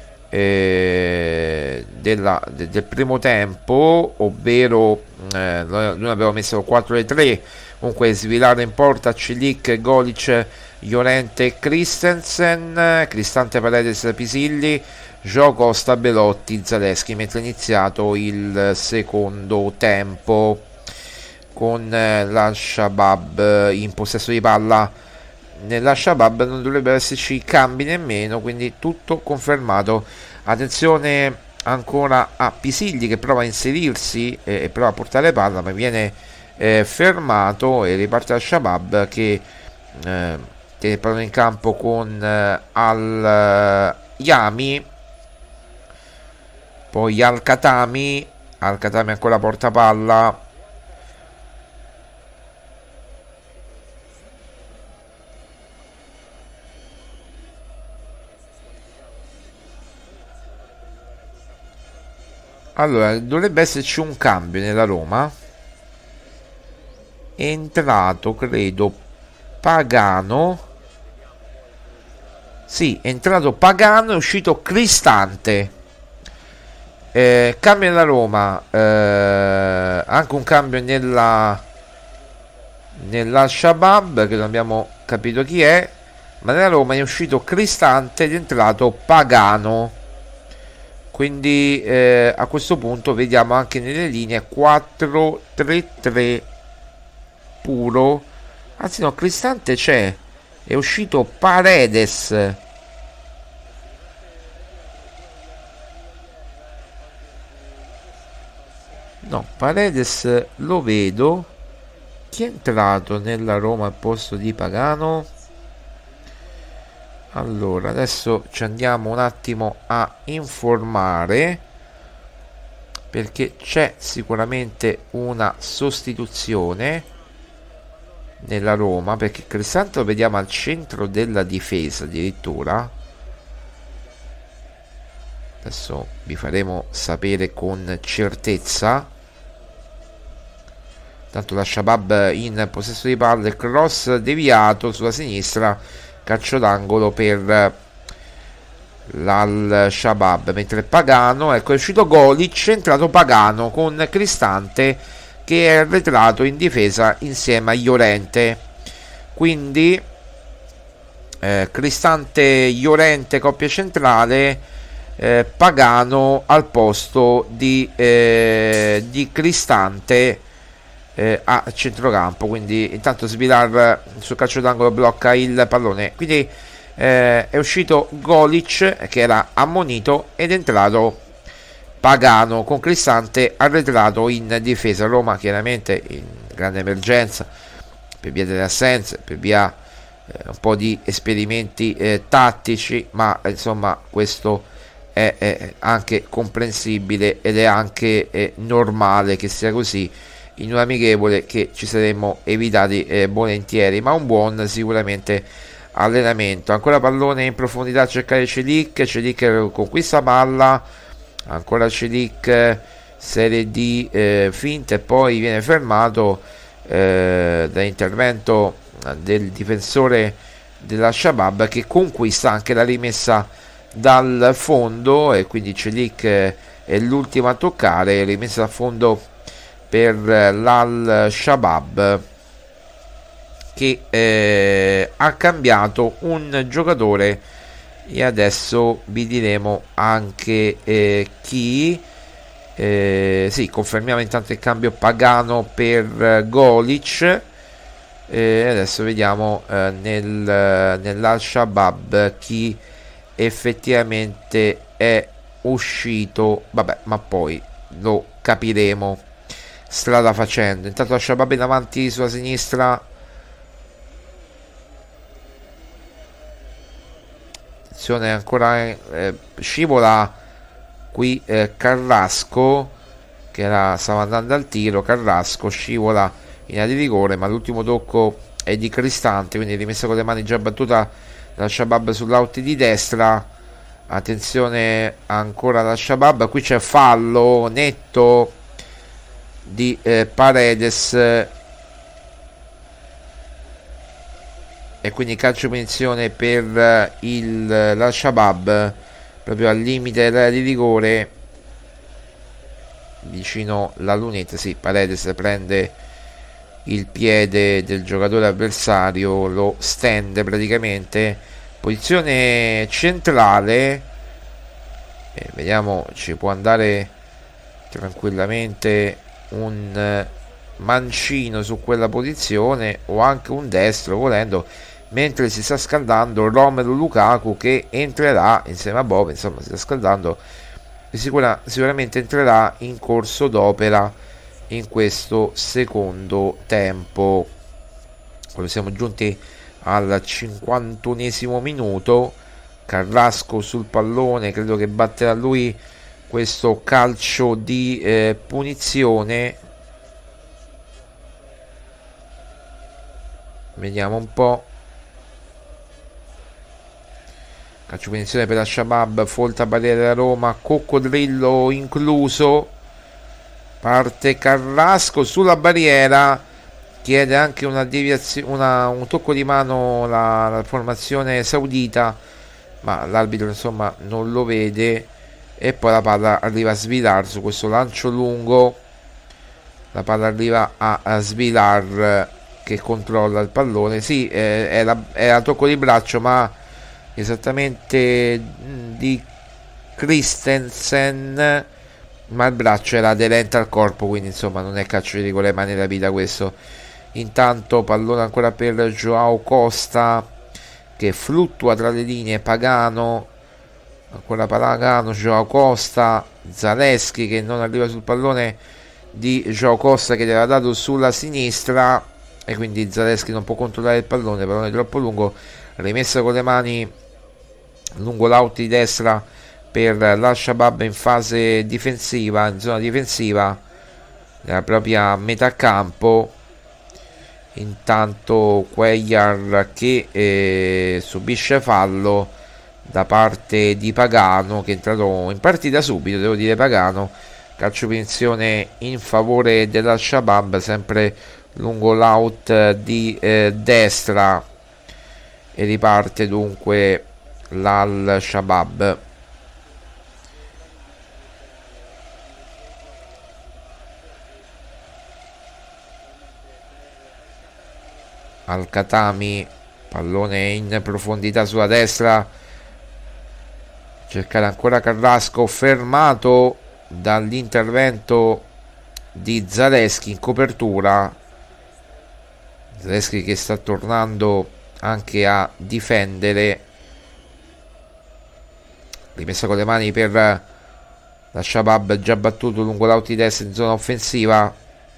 del primo tempo, ovvero noi abbiamo messo 4-3, comunque Svilaro in porta, Cilic, Golic, Llorente, Christensen, Cristante, Paredes, Pisilli, gioco Costa, Belotti, Zaleschi, mentre è iniziato il secondo tempo con la Shabab in possesso di palla. Nella Shabab non dovrebbero esserci cambi nemmeno, quindi tutto confermato. Attenzione ancora a Pisilli che prova a inserirsi e prova a portare palla, ma viene fermato e riparte la Shabab che tiene il pallone in campo con Al-Yami, poi Al-Khatami ancora porta palla. Allora, dovrebbe esserci un cambio nella Roma. È entrato, credo, Pagano. Sì, è entrato Pagano, è uscito Cristante. Cambio nella Roma. Anche un cambio nella Shabab, che non abbiamo capito chi è. Ma nella Roma è uscito Cristante ed è entrato Pagano. Quindi a questo punto vediamo anche nelle linee 4-3-3 puro. Anzi no, Cristante c'è, è uscito Paredes. No, Paredes lo vedo. Chi è entrato nella Roma al posto di Pagano? Allora, adesso ci andiamo un attimo a informare, perché c'è sicuramente una sostituzione nella Roma, perché Cristante lo vediamo al centro della difesa addirittura. Adesso vi faremo sapere con certezza. Tanto la Shabab in possesso di palla, cross deviato sulla sinistra, calcio d'angolo per l'Al-Shabab, mentre Pagano, ecco, è uscito Golic, è entrato Pagano con Cristante che è arretrato in difesa insieme a Llorente. Quindi Cristante Llorente coppia centrale, Pagano al posto di Cristante a centrocampo. Quindi intanto Svilar sul calcio d'angolo blocca il pallone, quindi è uscito Golic che era ammonito ed è entrato Pagano con Cristante arretrato in difesa. Roma chiaramente in grande emergenza per via delle assenze, per via un po' di esperimenti tattici, ma insomma questo è anche comprensibile ed è anche normale che sia così in un amichevole che ci saremmo evitati volentieri, ma un buon sicuramente allenamento. Ancora pallone in profondità a cercare Celic conquista palla, ancora Celic, serie di finte e poi viene fermato dall'intervento del difensore della Shabab, che conquista anche la rimessa dal fondo, e quindi Celic è l'ultimo a toccare, rimessa dal fondo per l'Al-Shabab, che ha cambiato un giocatore e adesso vi diremo anche chi. Sì, confermiamo intanto il cambio Pagano per Golic, E adesso vediamo nell'Al-Shabaab chi effettivamente è uscito, vabbè, ma poi lo capiremo strada facendo. Intanto Al-Shabaab in avanti sulla sinistra, attenzione ancora, scivola qui Carrasco che stava andando al tiro. Carrasco scivola in area di rigore, ma l'ultimo tocco è di Cristante, quindi rimessa con le mani già battuta da Shabab sull'out di destra. Attenzione ancora da Shabab, qui c'è fallo netto di Paredes, e quindi calcio punizione per la Shabab proprio al limite dell'area di rigore, vicino la lunetta. Sì, Paredes prende il piede del giocatore avversario, lo stende praticamente, posizione centrale, vediamo, ci può andare tranquillamente un mancino su quella posizione o anche un destro volendo, mentre si sta scaldando Romelu Lukaku, che entrerà insieme a Bove, insomma si sta scaldando e sicuramente entrerà in corso d'opera in questo secondo tempo. Quando siamo giunti al 51esimo minuto, Carrasco sul pallone, credo che batterà lui questo calcio di punizione. Vediamo un po'. Calcio di punizione per la Shabab, folta barriera della Roma, coccodrillo incluso. Parte Carrasco sulla barriera, chiede anche una deviazione, un tocco di mano la formazione saudita, ma l'arbitro insomma non lo vede, e poi la palla arriva a Svilar su questo lancio lungo. La palla arriva a Svilar che controlla il pallone. Sì, era tocco di braccio, ma esattamente di Christensen, ma il braccio era aderente al corpo, quindi insomma non è calcio di rigore, mani rapida questo. Intanto pallone ancora per Joao Costa che fluttua tra le linee. Pagano, ancora Pagano, Joao Costa, Zaleschi che non arriva sul pallone di Joao Costa che gli aveva dato sulla sinistra, e quindi Zaleschi non può controllare il pallone troppo lungo. Rimessa con le mani lungo l'out di destra per l'Al-Shabaab in fase difensiva, in zona difensiva nella propria metà campo. Intanto Cuellar che subisce fallo da parte di Pagano, che è entrato in partita subito, devo dire. Pagano, calcio punizione in favore dell'Al-Shabaab, sempre lungo l'out di destra, e riparte dunque l'Al-Shabaab. Al-Khatami, pallone in profondità sulla destra, cercare ancora Carrasco, fermato dall'intervento di Zaleschi in copertura. Zaleschi che sta tornando anche a difendere. Rimessa con le mani per la Shabab, già battuto lungo l'out di destra in zona offensiva.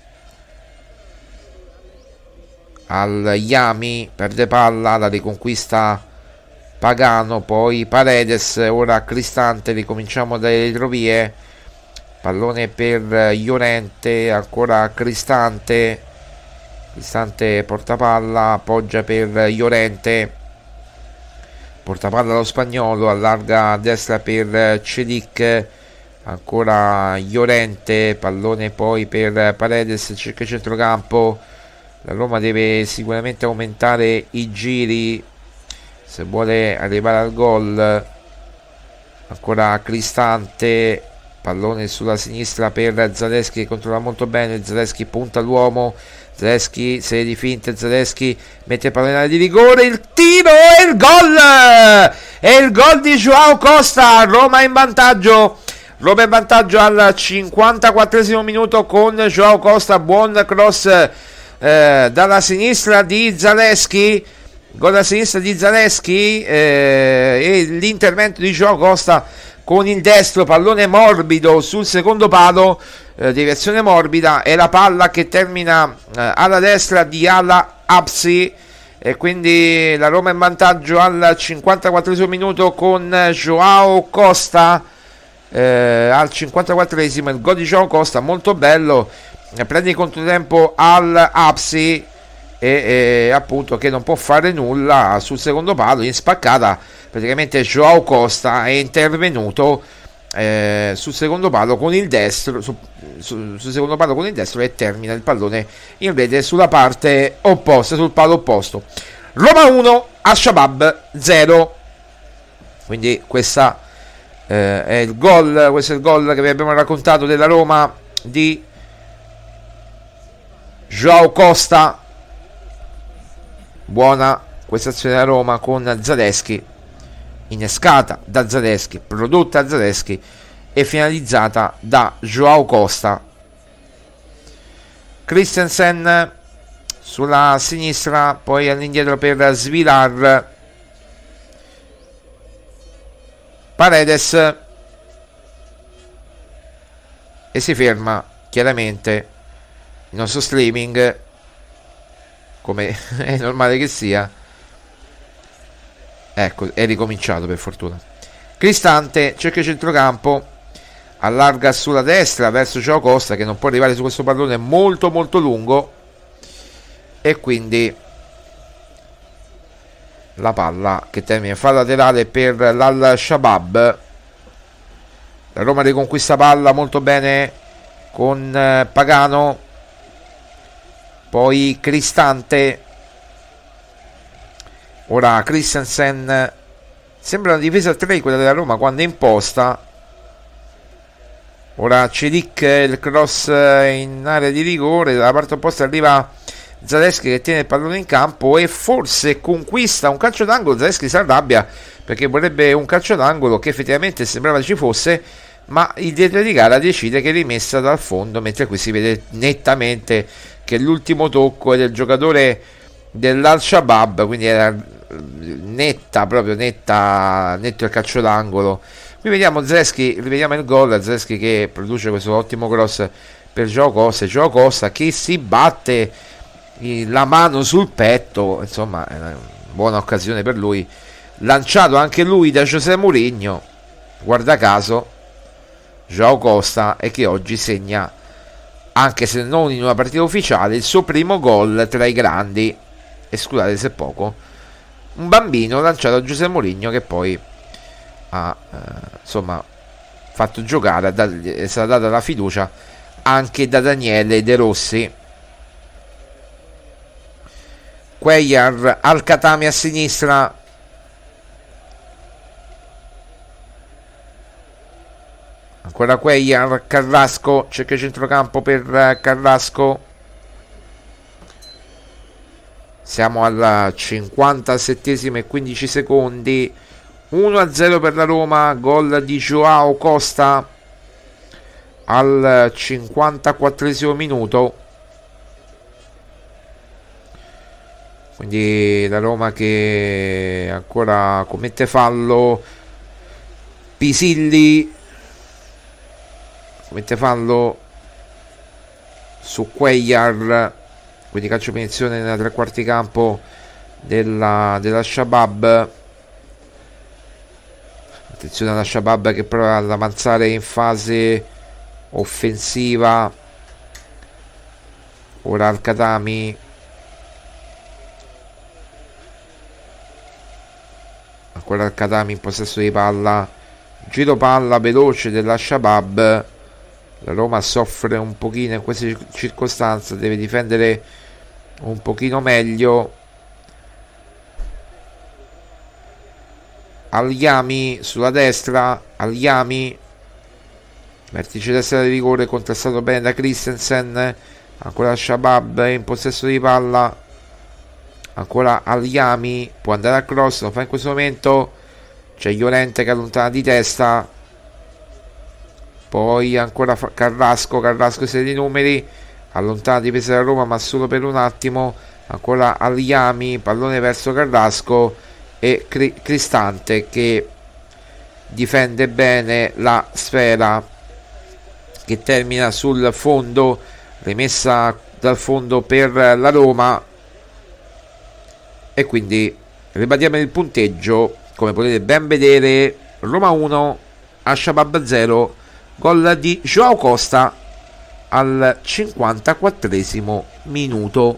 Al Yami, perde palla, la riconquista Pagano, poi Paredes, ora Cristante, ricominciamo dalle ritrovie. Pallone per Llorente, ancora Cristante porta palla, appoggia per Llorente, porta palla allo spagnolo, allarga a destra per Cedic, ancora Llorente, pallone poi per Paredes, cerca centrocampo. La Roma deve sicuramente aumentare i giri se vuole arrivare al gol. Ancora Cristante, pallone sulla sinistra per Zaleschi che controlla molto bene. Zaleschi punta l'uomo, Zaleschi, serie di finte, Zaleschi mette il pallone in area di rigore, il tiro e il gol! E il gol di Joao Costa. Roma in vantaggio al 54esimo minuto con Joao Costa. Buon cross dalla sinistra di Zaleschi, gol da sinistra di Zaleschi, e l'intervento di Joao Costa con il destro, pallone morbido sul secondo palo, direzione morbida, e la palla che termina alla destra di Ala Absi, e quindi la Roma in vantaggio al 54esimo minuto con Joao Costa. Al 54esimo il gol di Joao Costa, molto bello, prende il controtempo al Apsi, e appunto che non può fare nulla sul secondo palo in spaccata. Praticamente Joao Costa è intervenuto sul secondo palo con il destro, sul secondo palo con il destro, e termina il pallone in rete sulla parte opposta, sul palo opposto. Roma 1, Al-Shabaab 0. Quindi questo è il gol che vi abbiamo raccontato della Roma di Joao Costa. Buona questa azione della Roma con Zaleschi, innescata da Zaleschi, prodotta da Zaleschi e finalizzata da Joao Costa. Christensen sulla sinistra, poi all'indietro per Svilar. Paredes, e si ferma chiaramente il nostro streaming, come è normale che sia. Ecco, è ricominciato per fortuna. Cristante cerca il centrocampo, allarga sulla destra verso Joao Costa, che non può arrivare su questo pallone molto molto lungo, e quindi la palla che termina in fallo laterale per l'Al-Shabaab. La Roma riconquista palla molto bene con Pagano, poi Cristante, ora Christensen. Sembra una difesa a 3 quella della Roma quando è imposta. Ora Celic, il cross in area di rigore, dalla parte opposta arriva Zaleschi che tiene il pallone in campo e forse conquista un calcio d'angolo. Zaleschi si arrabbia perché vorrebbe un calcio d'angolo che effettivamente sembrava ci fosse, ma il direttore di gara decide che è rimessa dal fondo, mentre qui si vede nettamente che l'ultimo tocco è del giocatore dell'Al-Shabaab, quindi era netto il calcio d'angolo. Qui vediamo Zaleschi, rivediamo il gol, Zaleschi che produce questo ottimo cross per Joao Costa che si batte la mano sul petto, insomma è una buona occasione per lui, lanciato anche lui da José Mourinho, guarda caso Joao Costa, e che oggi segna, anche se non in una partita ufficiale, il suo primo gol tra i grandi, e scusate se poco, un bambino lanciato a José Mourinho che poi ha insomma fatto giocare, è stata data la fiducia anche da Daniele De Rossi. Cuellar, Al-Khatami a sinistra, ancora Cuellar, Carrasco cerca il centrocampo per Carrasco. Siamo al 57esimo e 15 secondi, 1-0 per la Roma, gol di Joao Costa al 54esimo minuto. Quindi la Roma che ancora commette fallo, Pisilli commette fallo su Cuellar, quindi calcio punizione nella tre quarti campo della Shabab. Attenzione alla Shabab che prova ad avanzare in fase offensiva. Ora Al-Khatami, ancora Al-Khatami in possesso di palla, giro palla veloce della Shabab. La Roma soffre un pochino in queste circostanze, deve difendere un pochino meglio. Al-Yami sulla destra, Al-Yami, vertice destra di rigore, contrastato bene da Christensen. Ancora Shabab in possesso di palla, ancora Al-Yami, può andare a cross, lo fa in questo momento, c'è Llorente che allontana di testa, poi ancora Carrasco serie di numeri, allontana la difesa della Roma ma solo per un attimo. Ancora Agliami, pallone verso Carrasco e Cristante che difende bene la sfera che termina sul fondo, rimessa dal fondo per la Roma, e quindi ribadiamo il punteggio come potete ben vedere: Roma 1 Al-Shabaab 0, gol di Joao Costa al 54esimo minuto.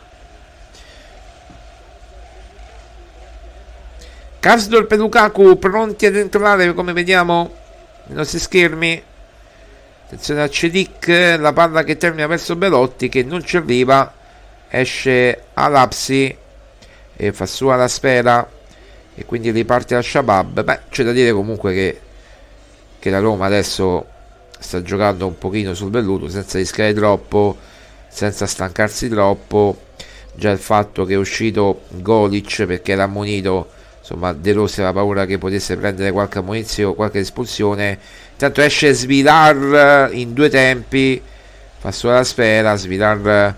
Karsdorp e Lukaku pronti ad entrare, come vediamo nei nostri schermi. Attenzione a Cedic, la palla che termina verso Belotti che non ci arriva, esce Alapsi e fa sua la sfera e quindi riparte Al-Shabaab. Beh, c'è da dire comunque che la Roma adesso sta giocando un pochino sul velluto, senza rischiare troppo, senza stancarsi troppo. Già il fatto che è uscito Golic perché era ammonito, insomma De Rossi aveva paura che potesse prendere qualche ammonizione, qualche espulsione. Intanto esce Svilar in due tempi, fa solo la sfera. Svilar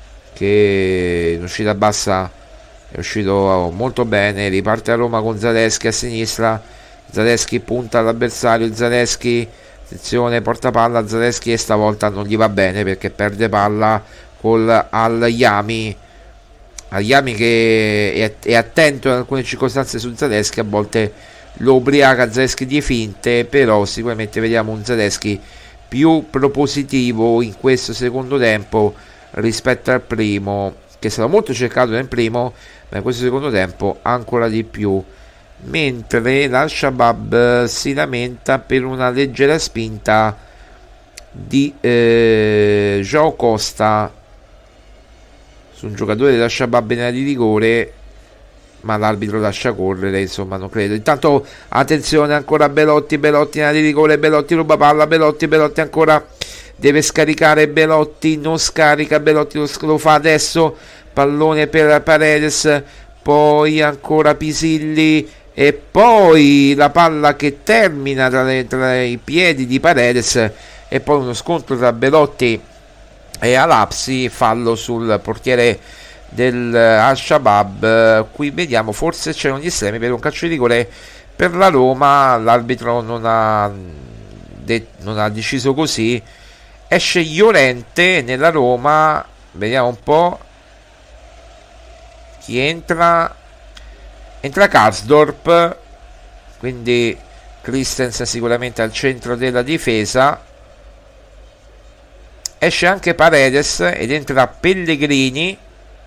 che in uscita bassa è uscito molto bene. Riparte a Roma con Zaleschi a sinistra. Zaleschi punta all'avversario. Zaleschi, attenzione, porta palla Zaleschi e stavolta non gli va bene perché perde palla con Agliami. Agliami che è attento in alcune circostanze su Zaleschi, a volte lo ubriaca Zaleschi di finte, però sicuramente vediamo un Zaleschi più propositivo in questo secondo tempo rispetto al primo, che è stato molto cercato nel primo, ma in questo secondo tempo ancora di più. Mentre l'Al-Shabaab si lamenta per una leggera spinta di Joao Costa su un giocatore dell'Al-Shabaab in area di rigore, ma l'arbitro lascia correre, insomma non credo. Intanto attenzione ancora Belotti in area di rigore, Belotti ruba palla, Belotti ancora deve scaricare, Belotti non scarica, Belotti lo fa adesso, pallone per Paredes, poi ancora Pisilli e poi la palla che termina tra i piedi di Paredes e poi uno scontro tra Belotti e Alapsi, fallo sul portiere del Al-Shabaab. Qui vediamo forse c'erano gli estremi per un calcio di rigore per la Roma, l'arbitro non ha deciso così. Esce Llorente nella Roma, vediamo un po' chi entra Karsdorp, quindi Christensen sicuramente al centro della difesa. Esce anche Paredes ed entra Pellegrini,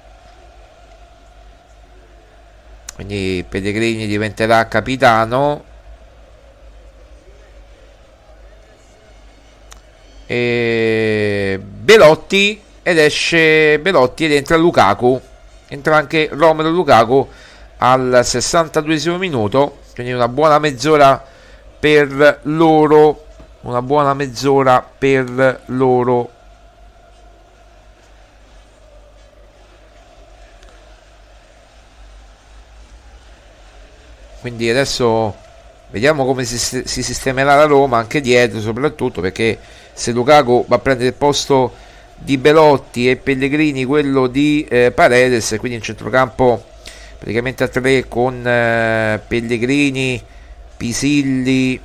quindi Pellegrini diventerà capitano. E Belotti, ed esce Belotti ed entra Lukaku. Entra anche Romelu Lukaku al 62esimo minuto, quindi una buona mezz'ora per loro. Quindi adesso vediamo come si sistemerà la Roma anche dietro, soprattutto perché se Lukaku va a prendere il posto di Belotti e Pellegrini quello di Paredes, quindi in centrocampo praticamente a 3 con Pellegrini, Pisilli,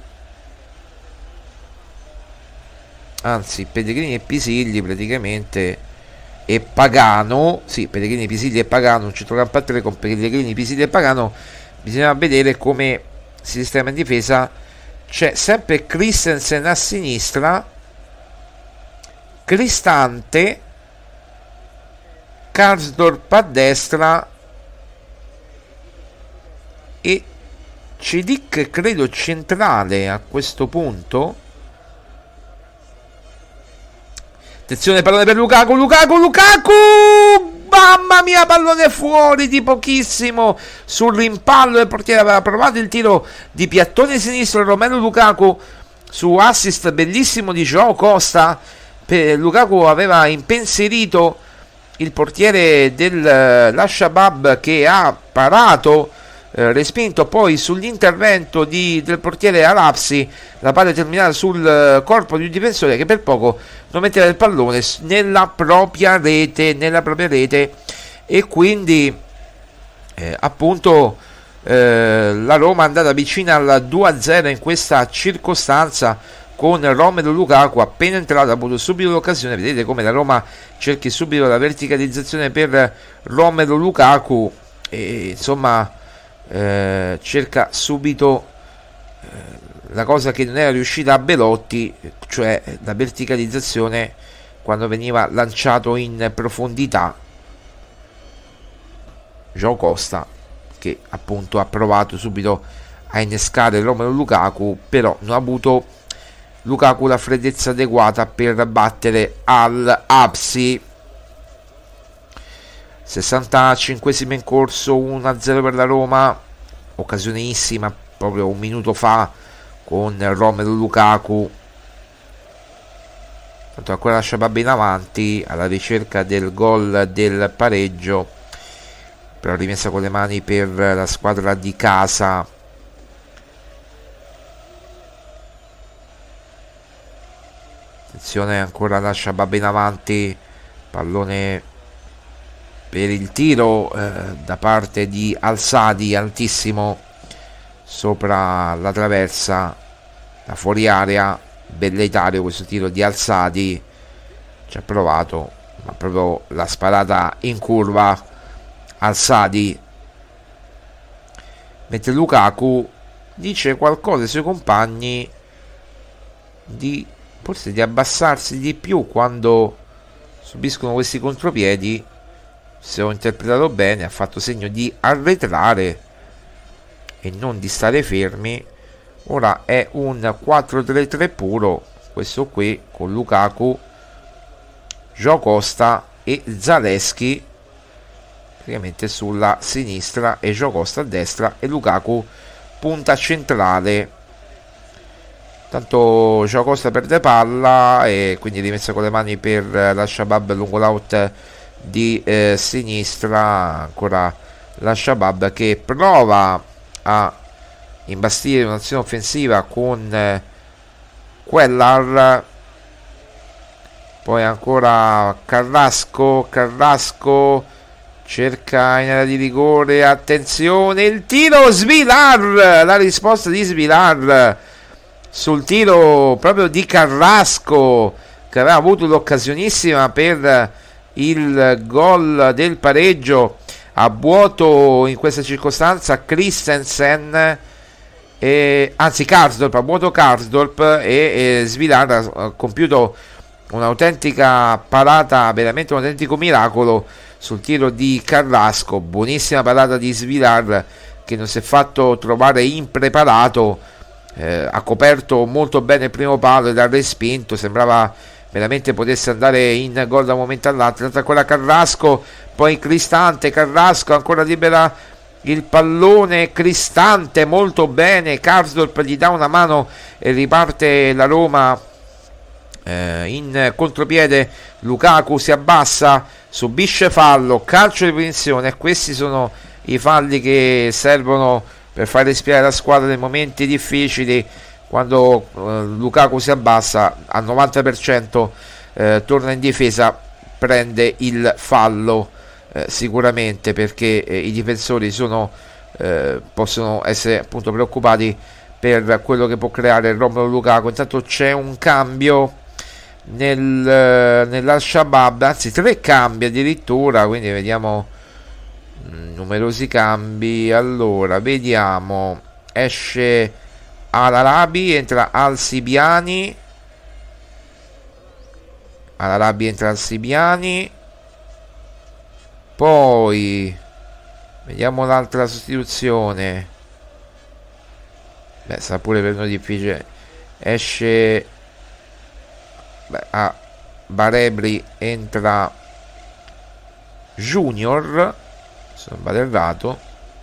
anzi Pellegrini e Pisilli praticamente, e Pagano, sì, Pellegrini, Pisilli e Pagano, un centrocampo a 3 con Pellegrini, Pisilli e Pagano. Bisogna vedere come si sistema in difesa. C'è sempre Christensen a sinistra, Cristante, Karsdorp a destra e Cedic credo centrale a questo punto. Attenzione, pallone per Lukaku, mamma mia, pallone fuori di pochissimo sul rimpallo del portiere. Aveva provato il tiro di piattone sinistro Romelu Lukaku su assist bellissimo di Joao Costa. Lukaku aveva impensierito il portiere dell'Al-Shabaab che ha parato respinto. Poi sull'intervento del portiere Arapsi, la palla terminata sul corpo di un difensore che per poco non metteva il pallone nella propria rete, e quindi appunto la Roma è andata vicina al 2-0 in questa circostanza, con Romelu Lukaku appena entrato ha avuto subito l'occasione. Vedete come la Roma cerchi subito la verticalizzazione per Romelu Lukaku e insomma cerca subito la cosa che non era riuscita a Belotti, cioè la verticalizzazione quando veniva lanciato in profondità. João Costa, che appunto ha provato subito a innescare Romelu Lukaku, però non ha avuto Lukaku la freddezza adeguata per battere Al-Absi. 65esimo in corso, 1-0 per la Roma, occasionissima proprio un minuto fa con Romelu Lukaku. Tanto ancora lascia Babbe in avanti alla ricerca del gol del pareggio, però rimessa con le mani per la squadra di casa. Attenzione, ancora lascia Babbe in avanti, pallone per il tiro da parte di Al-Sadi, altissimo sopra la traversa, da fuori area. Velleitario questo tiro di Al-Sadi, ci ha provato, ma proprio la sparata in curva. Al-Sadi, mentre Lukaku dice qualcosa ai suoi compagni forse di abbassarsi di più quando subiscono questi contropiedi. Se ho interpretato bene, ha fatto segno di arretrare e non di stare fermi. Ora è un 4-3-3 puro questo qui, con Lukaku, João Costa e Zalewski praticamente sulla sinistra e João Costa a destra e Lukaku punta centrale. Tanto João Costa perde palla e quindi rimessa con le mani per la Shabab lungo l'out di sinistra. Ancora la Shabab che prova a imbastire un'azione offensiva con Quellar. Poi ancora Carrasco cerca in area di rigore, attenzione, il tiro, Svilar, la risposta di Svilar sul tiro proprio di Carrasco, che aveva avuto l'occasionissima per il gol del pareggio. A vuoto in questa circostanza Christensen, anzi Karsdorp, a vuoto Karsdorp, e Svilar ha compiuto un'autentica parata, veramente un autentico miracolo sul tiro di Carrasco. Buonissima parata di Svilar, che non si è fatto trovare impreparato, ha coperto molto bene il primo palo ed ha respinto, sembrava veramente potesse andare in gol da un momento all'altro. Ancora Carrasco, poi Cristante, Carrasco ancora libera il pallone, Cristante molto bene, Karsdorp gli dà una mano e riparte la Roma in contropiede. Lukaku si abbassa, subisce fallo, calcio di punizione, e questi sono i falli che servono per far respirare la squadra nei momenti difficili. Quando Lukaku si abbassa al 90%, torna in difesa, prende il fallo sicuramente, perché i difensori possono essere appunto preoccupati per quello che può creare Romelu Lukaku. Intanto c'è un cambio nell'Al-Shabab, anzi 3 cambi addirittura, quindi vediamo numerosi cambi. Allora vediamo, esce Al-Arabi, entra Al-Sibiani, poi vediamo l'altra sostituzione. Sarà pure per noi difficile. Esce a Barebri, entra Junior, se non vado errato.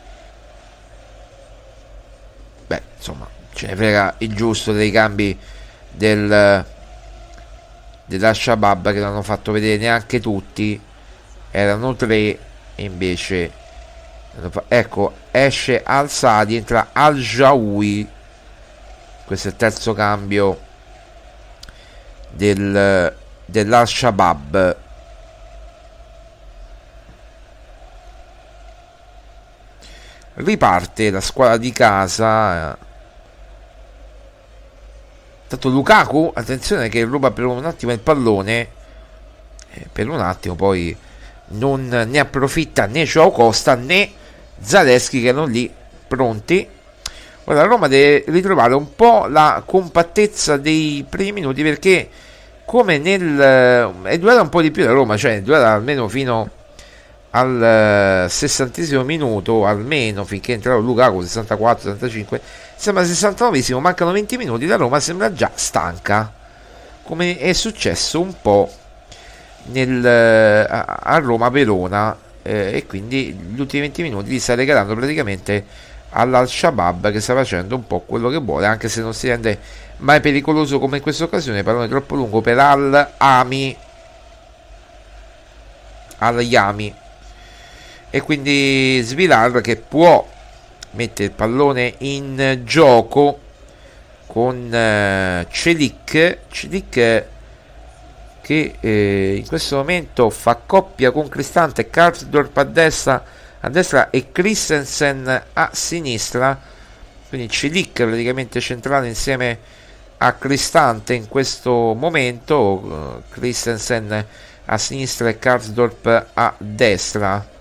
Insomma, ce ne frega il giusto dei cambi dell'Al-Shabab, che non hanno fatto vedere neanche tutti. Erano 3 e invece ecco, esce Al-Sadi, entra Al-Jaoui. Questo è il terzo cambio dell'Al-Shabaab. Riparte la squadra di casa. Tanto Lukaku, attenzione, che ruba per un attimo il pallone, per un attimo poi non ne approfitta né Joao Costa né Zalewski, che erano lì pronti. Ora la Roma deve ritrovare un po' la compattezza dei primi minuti, perché come è durata un po' di più la Roma, cioè è durata almeno fino al 60° minuto, almeno finché entrò Lukaku, 64-65, sembra 69esimo, mancano 20 minuti, la Roma sembra già stanca, come è successo un po' a Roma-Verona, e quindi gli ultimi 20 minuti li sta regalando praticamente all'Al-Shabaab, che sta facendo un po' quello che vuole, anche se non si rende mai pericoloso come in questa occasione. Pallone troppo lungo per Al-Yami, e quindi Svilar che può mettere il pallone in gioco con Celik che in questo momento fa coppia con Cristante, Karsdorp a destra e Christensen a sinistra, quindi Celik praticamente centrale insieme a Cristante in questo momento, Christensen a sinistra e Karsdorp a destra.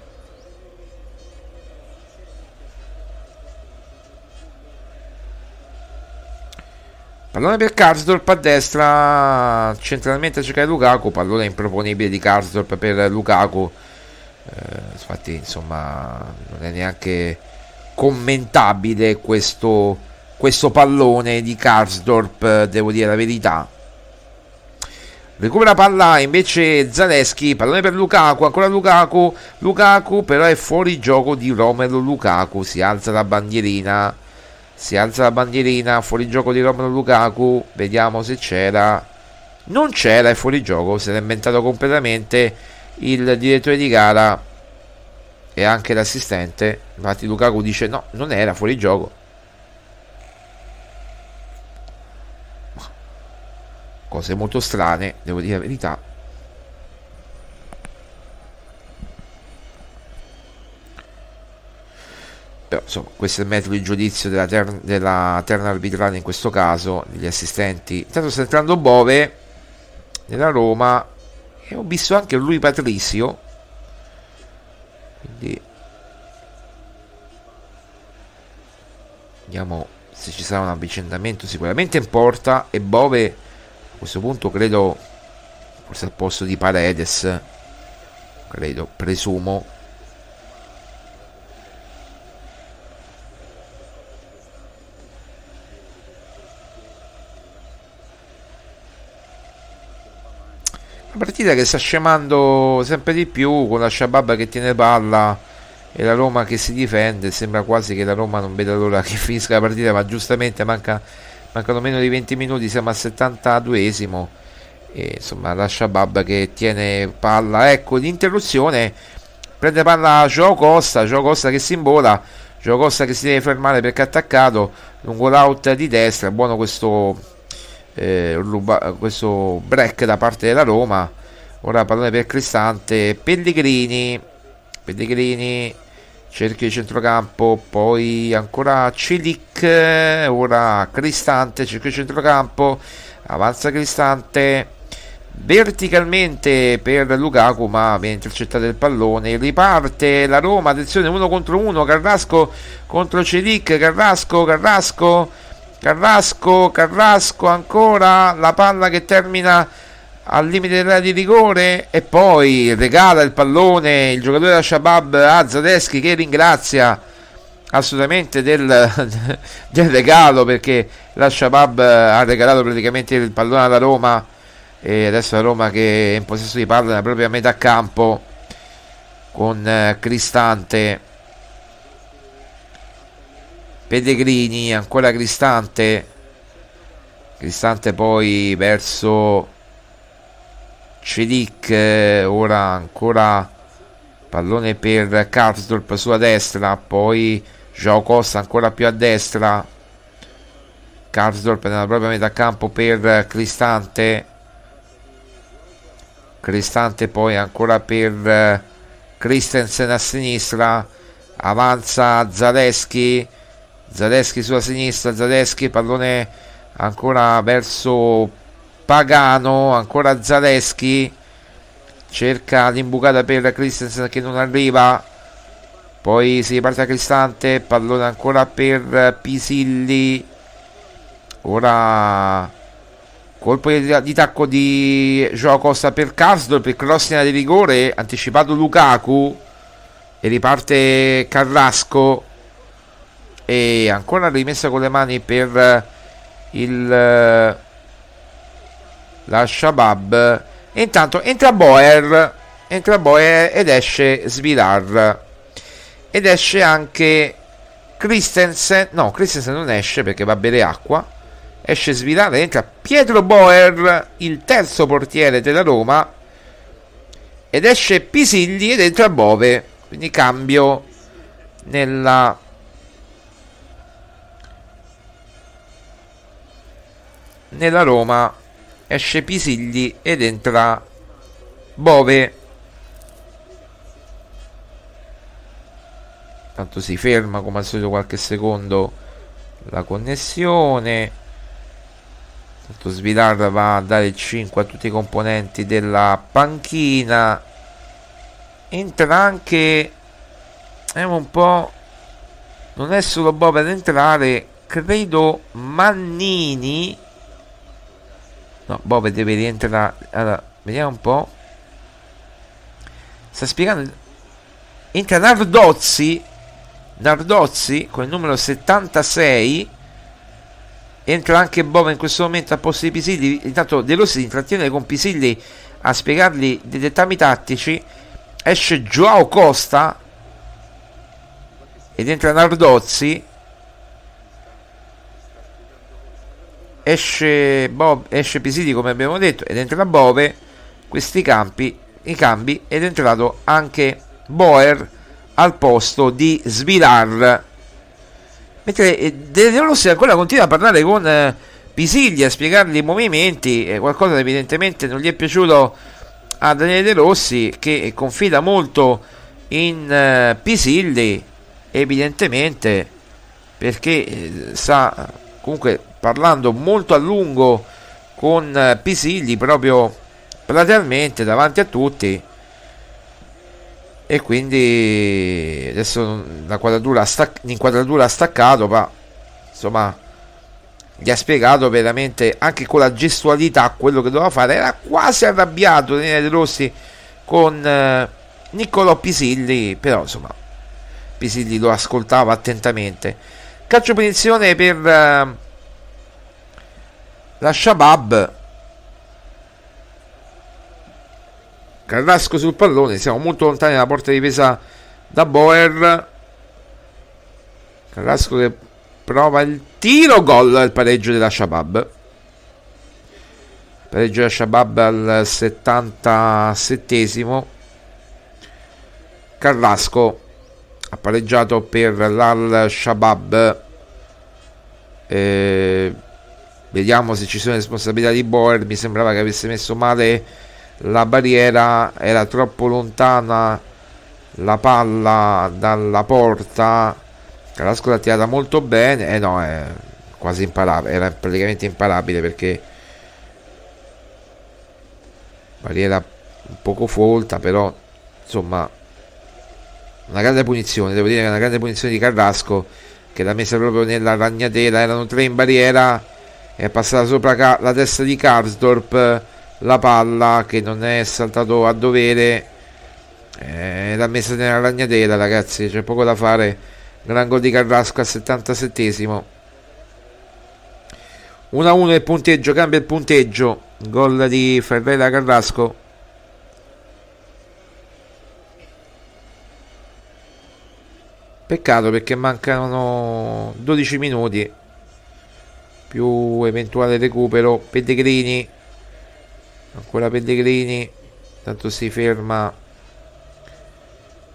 Pallone per Karsdorp a destra, centralmente a cercare Lukaku, pallone improponibile di Karsdorp per Lukaku, infatti insomma non è neanche commentabile questo pallone di Karsdorp, devo dire la verità. Recupera palla invece Zalewski, pallone per Lukaku, ancora Lukaku però è fuori gioco di Romelu Lukaku, si alza la bandierina, fuori gioco di Romelu Lukaku, vediamo se c'era, non c'era, è fuori gioco, se l'ha inventato completamente il direttore di gara e anche l'assistente, infatti Lukaku dice no, non era fuori gioco. Cose molto strane, devo dire la verità. Però insomma, questo è il metodo di giudizio della terna arbitrale in questo caso, degli assistenti. Intanto sta entrando Bove nella Roma e ho visto anche lui Patrizio, quindi vediamo se ci sarà un avvicendamento sicuramente in porta, e Bove a questo punto credo forse al posto di Paredes, presumo. Una partita che sta scemando sempre di più, con la Shabab che tiene palla e la Roma che si difende. Sembra quasi che la Roma non veda l'ora che finisca la partita, ma giustamente mancano meno di 20 minuti, siamo al 72esimo e insomma la Shabab che tiene palla. Ecco l'interruzione, prende palla Joao Costa che si imbola, Joao Costa che si deve fermare perché è attaccato lungo l'out di destra. Buono questo break da parte della Roma. Ora pallone per Cristante, Pellegrini, cerchio di centrocampo, poi ancora Celik, ora Cristante, cerchio di centrocampo, avanza Cristante verticalmente per Lukaku, ma viene intercettato il pallone. Riparte la Roma, attenzione, 1 contro 1, Carrasco contro Celik, Carrasco, ancora la palla che termina al limite dell'area di rigore e poi regala il pallone il giocatore della Shabab a Zalewski, che ringrazia assolutamente del regalo, perché la Shabab ha regalato praticamente il pallone alla Roma e adesso la Roma che è in possesso di palla nella propria metà campo con Cristante, Pellegrini, ancora Cristante poi verso Celik, ora ancora pallone per Karsdorp sulla destra, poi Joao Costa ancora più a destra, Karsdorp nella propria metà campo per Cristante, poi ancora per Christensen a sinistra, avanza Zalewski sulla sinistra, pallone ancora verso Pagano, ancora Zalewski, cerca l'imbucata per Christensen che non arriva, poi si riparte a Cristante, pallone ancora per Pisilli, ora colpo di tacco di Joao Costa per Karsdorp, il cross in area di rigore, anticipato Lukaku e riparte Carrasco e ancora rimessa con le mani per la Shabab. E intanto entra Boer ed esce Svilar ed esce anche Christensen non esce perché va a bere acqua, esce Svilar, entra Pietro Boer, il terzo portiere della Roma, ed esce Pisilli ed entra Bove, quindi cambio nella Roma, esce Pisilli ed entra Bove. Tanto si ferma come al solito qualche secondo la connessione. Tanto Svilar va a dare il 5 a tutti i componenti della panchina. Entra anche un po', non è solo Bove ad entrare, credo Mannini. No, Bove deve rientrare. Allora, vediamo un po'. Sta spiegando. Entra Nardozzi con il numero 76. Entra anche Bove in questo momento a posto di Pisilli. Intanto De Rossi si intrattiene con Pisilli a spiegargli dei dettami tattici. Esce Joao Costa ed entra Nardozzi. Esce Pisilli come abbiamo detto ed entra Bove. Questi cambi ed è entrato anche Boer al posto di Svilar, mentre De Rossi ancora continua a parlare con Pisilli, a spiegargli i movimenti, qualcosa evidentemente non gli è piaciuto a Daniele De Rossi, che confida molto in Pisilli evidentemente, perché sta comunque parlando molto a lungo con Pisilli proprio platealmente davanti a tutti, e quindi adesso l'inquadratura ha staccato, ma insomma gli ha spiegato veramente anche con la gestualità quello che doveva fare. Era quasi arrabbiato Daniele De Rossi con Niccolò Pisilli, però insomma Pisilli lo ascoltava attentamente. Calcio punizione per la Shabab. Carrasco sul pallone, siamo molto lontani dalla porta difesa da Boer. Carrasco che prova il tiro, gol, il pareggio della Shabab. Pareggio della Shabab al 77esimo. Carrasco ha pareggiato per l'Al Shabab. Vediamo se ci sono responsabilità di Boer. Mi sembrava che avesse messo male la barriera, era troppo lontana la palla dalla porta. Carrasco l'ha tirata molto bene, no, è quasi imparabile, era praticamente imparabile perché barriera un poco folta, però insomma una grande punizione, devo dire che è una grande punizione di Carrasco, che l'ha messa proprio nella ragnatela. Erano tre in barriera, è passata sopra la testa di Karsdorp la palla, che non è saltato a dovere, l'ha messa nella ragnatela, ragazzi, c'è poco da fare. Gran gol di Carrasco al 77esimo. 1-1 il punteggio, cambia il punteggio, gol di Ferreira Carrasco. Peccato perché mancano 12 minuti più eventuale recupero. Pellegrini, ancora Pellegrini, tanto si ferma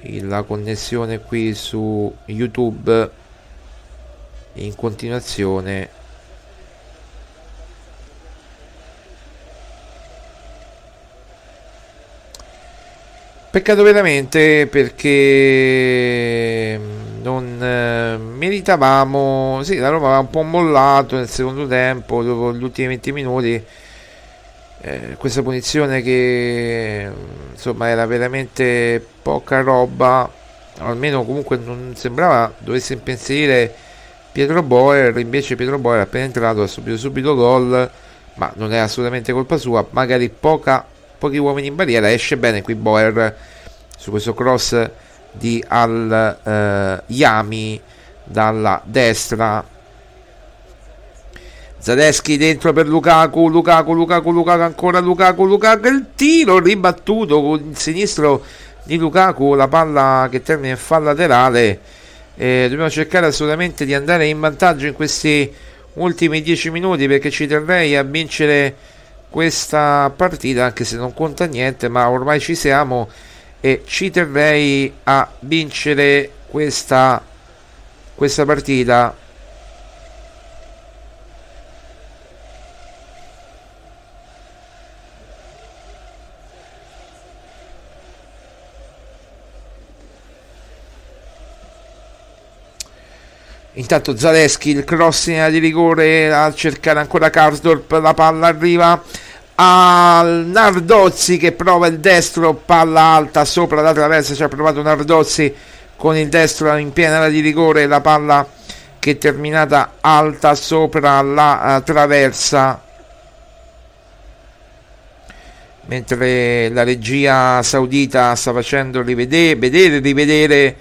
la connessione qui su YouTube in continuazione. Peccato veramente, perché non meritavamo. Sì, la Roma aveva un po' mollato nel secondo tempo, dopo gli ultimi 20 minuti. Questa punizione che insomma era veramente poca roba, almeno comunque non sembrava dovesse impensierire Pietro Boer. Invece Pietro Boer appena entrato ha subito gol, ma non è assolutamente colpa sua. Magari pochi uomini in barriera, esce bene qui Boer su questo cross di Yami dalla destra. Zalewski dentro per Lukaku, ancora Lukaku, il tiro ribattuto con il sinistro di Lukaku, la palla che termina in fallo laterale. Dobbiamo cercare assolutamente di andare in vantaggio in questi ultimi 10 minuti, perché ci terrei a vincere questa partita, anche se non conta niente, ma ormai ci siamo e ci terrei a vincere questa partita. Intanto Zalewski, il cross in area di rigore, a cercare ancora Karsdorp, la palla arriva al Nardozzi che prova il destro, palla alta sopra la traversa, ci ha provato Nardozzi con il destro in piena area di rigore, la palla che è terminata alta sopra la traversa, mentre la regia saudita sta facendo rivedere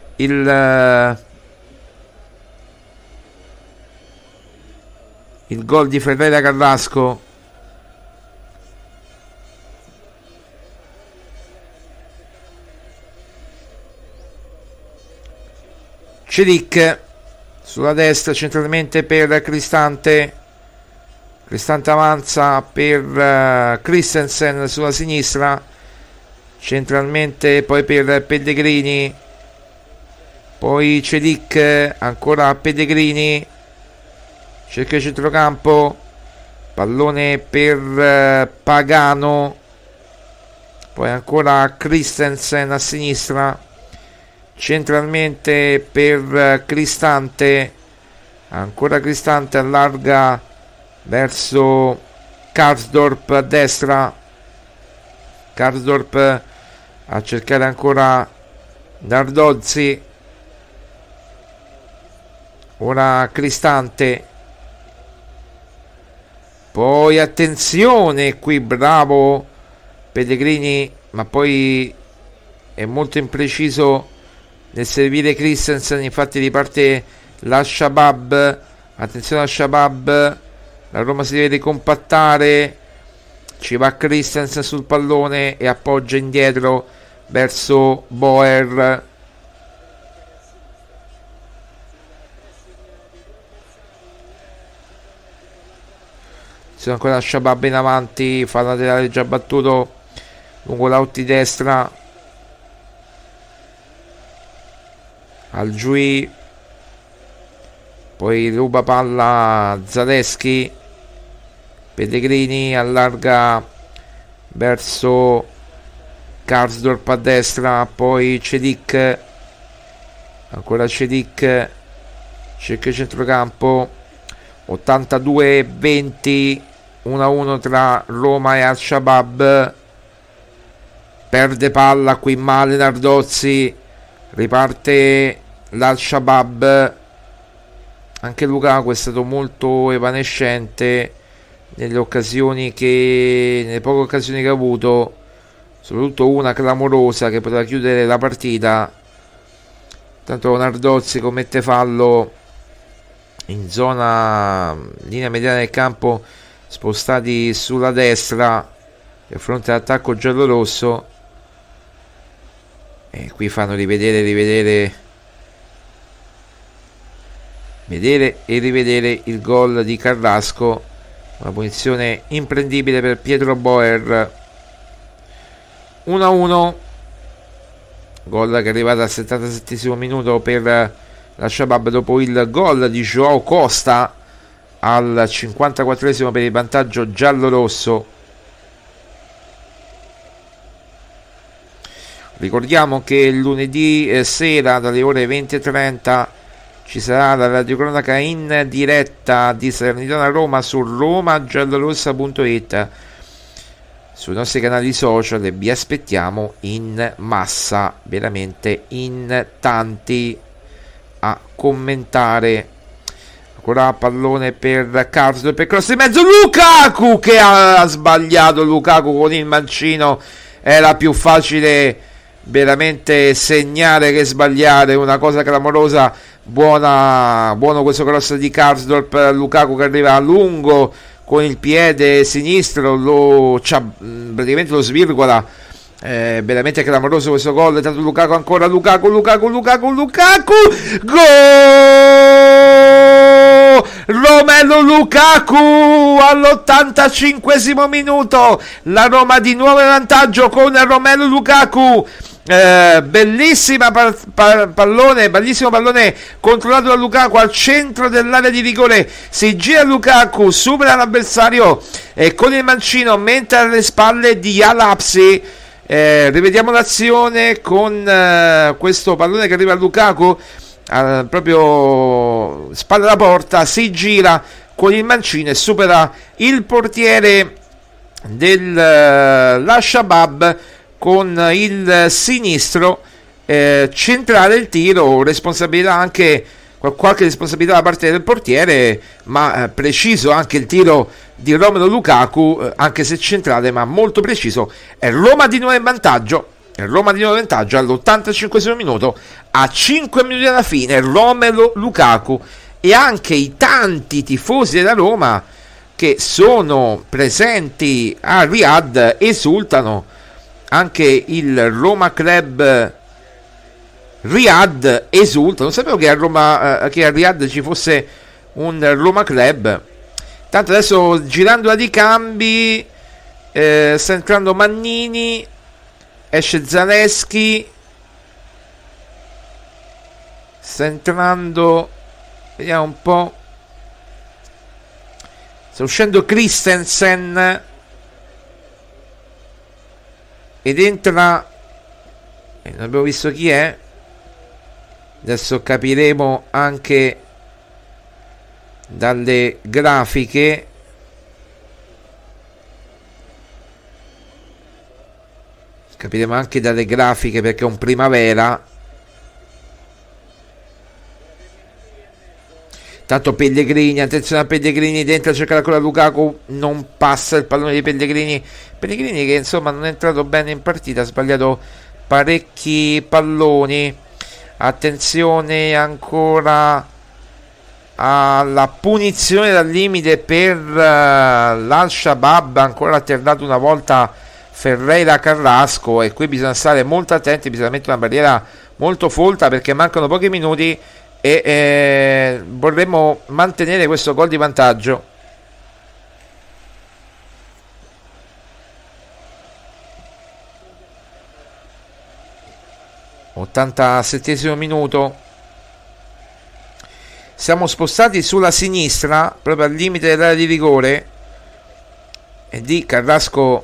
il gol di Ferreira Carrasco. Celic sulla destra centralmente per Cristante avanza per Christensen sulla sinistra centralmente, poi per Pellegrini, poi Celic ancora Pellegrini, cerca il centrocampo, pallone per Pagano, poi ancora Christensen a sinistra, centralmente per Cristante, ancora Cristante allarga verso Karsdorp a destra, Karsdorp a cercare ancora Nardozzi, ora Cristante, poi attenzione qui, bravo Pellegrini, ma poi è molto impreciso nel servire Christensen, infatti riparte la Shabab, attenzione a Shabab, la Roma si deve ricompattare, ci va Christensen sul pallone e appoggia indietro verso Boer. C'è ancora Shabab in avanti, fa laterale già battuto lungo l'auti destra al Giui, poi ruba palla Zalewski, Pellegrini allarga verso Karsdorp a destra, poi Celic, ancora Celic, cerca il centrocampo, 82-20, 1-1 tra Roma e Al-Shabaab, perde palla qui male Nardozzi, riparte l'Al-Shabaab, anche Lukaku è stato molto evanescente nelle poche occasioni che ha avuto, soprattutto una clamorosa che poteva chiudere la partita. Tanto Nardozzi commette fallo in zona linea mediana del campo, spostati sulla destra di fronte all'attacco giallorosso, e qui fanno vedere e rivedere il gol di Carrasco, una punizione imprendibile per Pietro Boer. 1-1 gol che è arrivato al 77esimo minuto per la Shabab dopo il gol di Joao Costa al 54esimo per il vantaggio giallo-rosso. Ricordiamo che lunedì sera dalle ore 20:30 ci sarà la radiocronaca in diretta di Salernitana Roma su romagiallorossa.it, sui nostri canali social, e vi aspettiamo in massa, veramente in tanti, a commentare. Ancora pallone per Karsdorp, per cross in mezzo, Lukaku che ha sbagliato. Lukaku con il mancino, era più facile veramente segnare che sbagliare, una cosa clamorosa. Buono questo cross di Karsdorp, Lukaku che arriva a lungo con il piede sinistro, praticamente lo svirgola. Veramente clamoroso questo gol. Tanto Lukaku ancora, Lukaku, gol! Romelu Lukaku all'85esimo minuto, la Roma di nuovo in vantaggio con Romelu Lukaku. Bellissimo pallone controllato da Lukaku al centro dell'area di rigore. Si gira Lukaku, supera l'avversario e con il mancino mentre alle spalle di Alapsi. Rivediamo l'azione con questo pallone che arriva a Lukaku, proprio spalla alla porta, si gira con il mancino e supera il portiere del Shabab con il sinistro, centrale il tiro, responsabilità anche, qualche responsabilità da parte del portiere, ma preciso anche il tiro di Romelu Lukaku, anche se centrale ma molto preciso. È Roma di nuovo in vantaggio, all'85esimo minuto, a 5 minuti dalla fine. Romelu Lukaku e anche i tanti tifosi della Roma che sono presenti a Riyadh esultano. Anche il Roma Club Riyadh esulta. Non sapevo che a Riyadh ci fosse un Roma Club. Tanto adesso girando la di cambi, sta entrando Mannini, esce Zaleschi, sta entrando, vediamo un po', sta uscendo Christensen ed entra, non abbiamo visto chi è, adesso capiremo anche dalle grafiche. Perché è un Primavera. Tanto Pellegrini, attenzione a Pellegrini, dentro a cercare ancora Lukaku, non passa il pallone di Pellegrini che insomma non è entrato bene in partita, ha sbagliato parecchi palloni. Attenzione ancora alla punizione dal limite per l'Al-Shabaab, ancora alternato una volta Ferreira Carrasco, e qui bisogna stare molto attenti, bisogna mettere una barriera molto folta perché mancano pochi minuti e vorremmo mantenere questo gol di vantaggio. '87esimo minuto, siamo spostati sulla sinistra proprio al limite dell'area di rigore e di Carrasco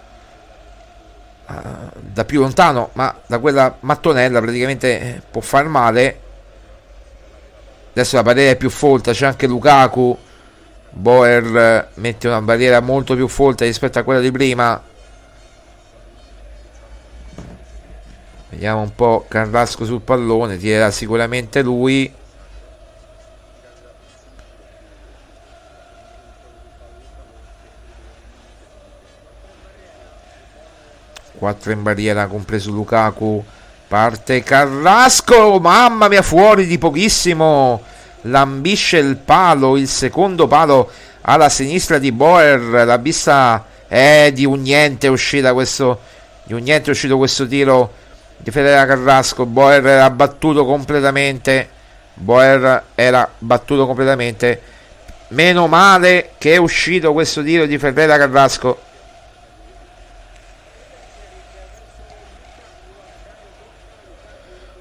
da più lontano, ma da quella mattonella praticamente può far male. Adesso la barriera è più folta, c'è anche Lukaku, Boer mette una barriera molto più folta rispetto a quella di prima. Vediamo un po' Carrasco sul pallone, tirerà sicuramente lui. Quattro in barriera, compreso Lukaku. Parte Carrasco, mamma mia, fuori di pochissimo. Lambisce il palo, il secondo palo alla sinistra di Boer. La vista è di un niente, è uscito questo tiro di Ferreira Carrasco. Boer era battuto completamente. Meno male che è uscito questo tiro di Ferreira Carrasco.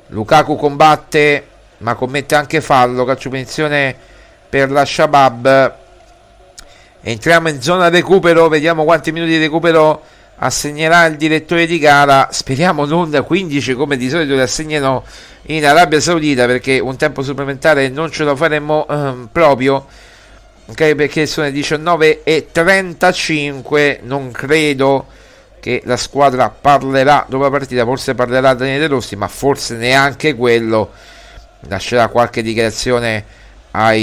Lukaku combatte ma commette anche fallo, calcio punizione per la Shabab. Entriamo in zona recupero, vediamo quanti minuti di recupero assegnerà il direttore di gara. Speriamo non da 15 come di solito li assegnano in Arabia Saudita, perché un tempo supplementare non ce lo faremmo proprio, okay, perché sono le 19:35. Non credo che la squadra parlerà dopo la partita, forse parlerà Daniele De Rossi, ma forse neanche quello. Lascerà qualche dichiarazione al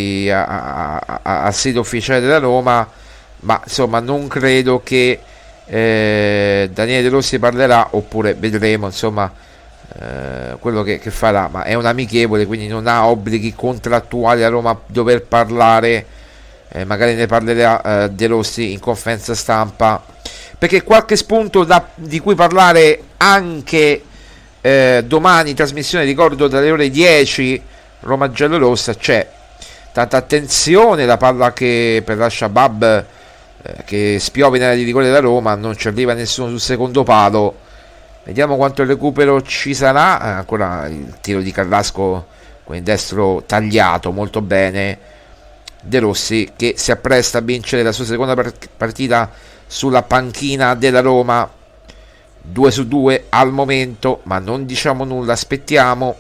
sito ufficiale della Roma, ma insomma non credo che Daniele De Rossi parlerà, oppure vedremo insomma quello che farà, ma è un amichevole, quindi non ha obblighi contrattuali a Roma dover parlare. Magari ne parlerà De Rossi in conferenza stampa, perché qualche spunto di cui parlare anche domani, trasmissione, ricordo, dalle ore 10, Roma giallorossa. C'è tanta attenzione, la palla che per la Shabab che spiove in area di rigore da Roma, non ci arriva nessuno sul secondo palo. Vediamo quanto il recupero ci sarà. Ancora il tiro di Carrasco con il destro tagliato molto bene. De Rossi che si appresta a vincere la sua seconda partita sulla panchina della Roma, 2-2 al momento, ma non diciamo nulla, aspettiamo.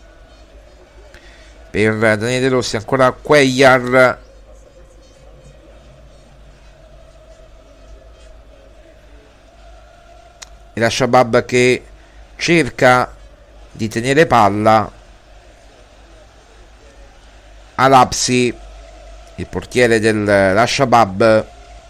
Per Daniele De Rossi ancora Cuellar, e la Shabab che cerca di tenere palla. Alapsi, il portiere della Shabab,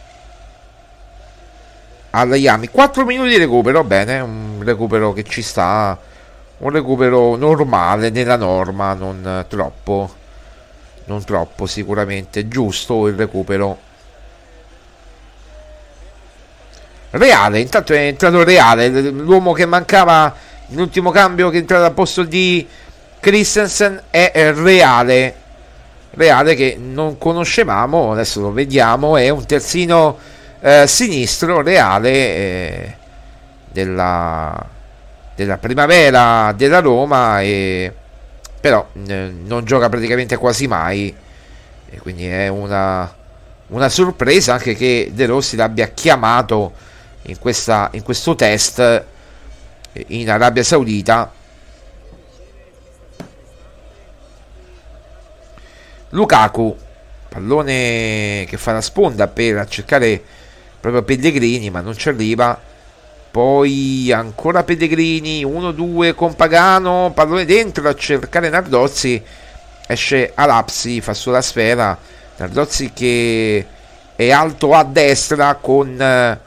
Al-Yami. 4 minuti di recupero, bene, un recupero che ci sta, un recupero normale, nella norma, non troppo sicuramente, giusto il recupero. Reale, intanto è entrato Reale, l'uomo che mancava l'ultimo cambio, che è entrato al posto di Christensen, è Reale che non conoscevamo, adesso lo vediamo, è un terzino sinistro, Reale, della primavera della Roma, però non gioca praticamente quasi mai, e quindi è una sorpresa anche che De Rossi l'abbia chiamato in questo test in Arabia Saudita. Lukaku, pallone che fa la sponda per cercare proprio Pellegrini, ma non ci arriva. Poi ancora Pellegrini, 1-2 con Pagano, pallone dentro a cercare Nardozzi, esce Alapsi, fa sulla sfera. Nardozzi che è alto a destra con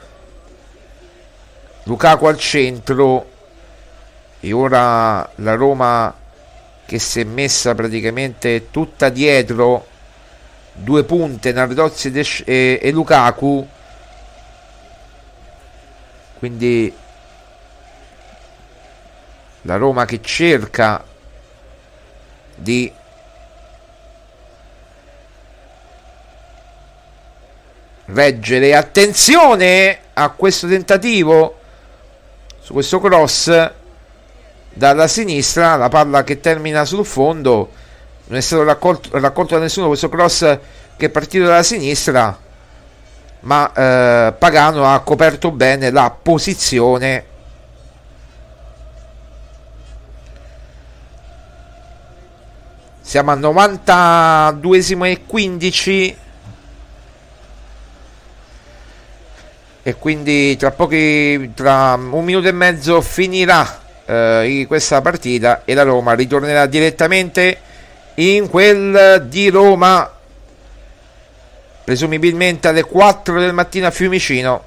Lukaku al centro, e ora la Roma che si è messa praticamente tutta dietro, due punte, Nardozzi e Lukaku, quindi la Roma che cerca di reggere. Attenzione a questo tentativo, su questo cross dalla sinistra, la palla che termina sul fondo, non è stato raccolto da nessuno questo cross che è partito dalla sinistra, ma Pagano ha coperto bene la posizione. Siamo al 92esimo e 15, e quindi tra un minuto e mezzo finirà questa partita e la Roma ritornerà direttamente in quel di Roma, presumibilmente alle 4 del mattino a Fiumicino.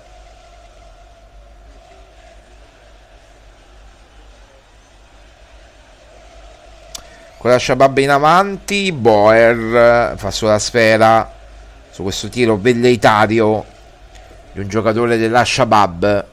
Con la Shabab in avanti, Boer fa sulla sfera su questo tiro velleitario di un giocatore della Shabab.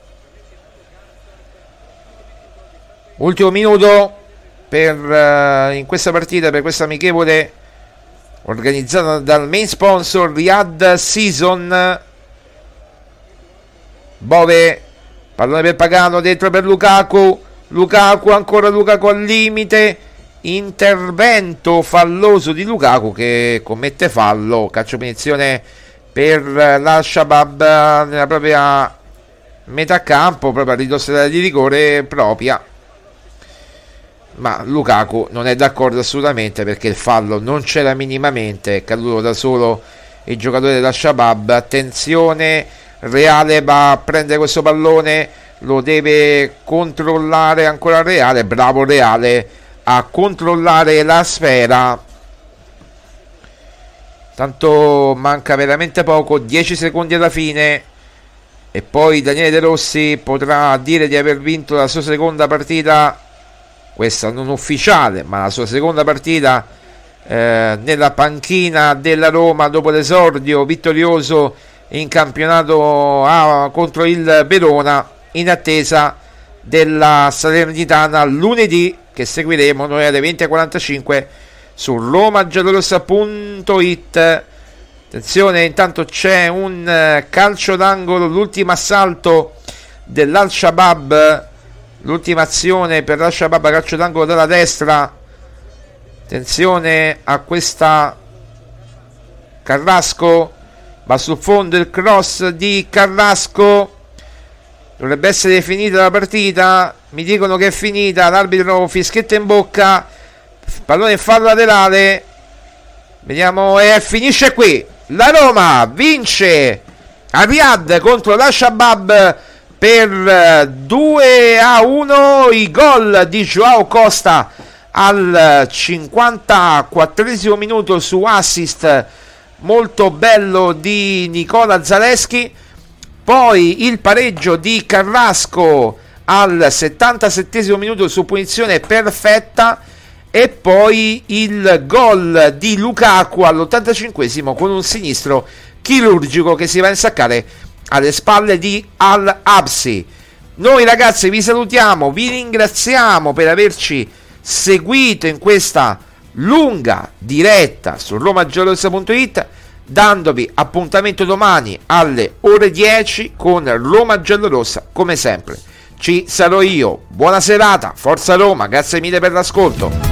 Ultimo minuto in questa partita, per questa amichevole organizzata dal main sponsor Riyadh Season. Bove, pallone per Pagano, dentro per Lukaku Lukaku, ancora Lukaku al limite, intervento falloso di Lukaku che commette fallo, calcio punizione per l'Al-Shabaab nella propria metà campo, proprio a ridosso della di rigore propria, ma Lukaku non è d'accordo assolutamente perché il fallo non c'era minimamente, è caduto da solo il giocatore dell'Al-Shabaab. Attenzione, Reale va a prendere questo pallone, lo deve controllare ancora Reale, bravo Reale a controllare la sfera, tanto manca veramente poco, 10 secondi alla fine e poi Daniele De Rossi potrà dire di aver vinto la sua seconda partita, questa non ufficiale ma la sua seconda partita nella panchina della Roma dopo l'esordio vittorioso in campionato contro il Verona, in attesa della Salernitana lunedì che seguiremo noi alle 20:45 su romagiallorossa.it. Attenzione, intanto c'è un calcio d'angolo, l'ultimo assalto dell'Al-Shabaab, l'ultima azione per l'Al-Shabaab, calcio d'angolo dalla destra. Attenzione a questa Carrasco, va sul fondo il cross di Carrasco, dovrebbe essere finita la partita, mi dicono che è finita, l'arbitro fischietta in bocca, pallone in fallo laterale, vediamo, e finisce qui, la Roma vince a Riyadh contro l'Al-Shabaab per 2-1, i gol di Joao Costa al 54esimo minuto su assist molto bello di Nicola Zalewski, poi il pareggio di Carrasco al 77esimo minuto su punizione perfetta e poi il gol di Lukaku all'85esimo con un sinistro chirurgico che si va a insaccare alle spalle di Al-Absi. Noi ragazzi vi salutiamo, vi ringraziamo per averci seguito in questa lunga diretta su romagiallorossa.it, dandovi appuntamento domani alle ore 10 con Roma Giallorossa come sempre. Ci sarò io, buona serata, forza Roma, grazie mille per l'ascolto.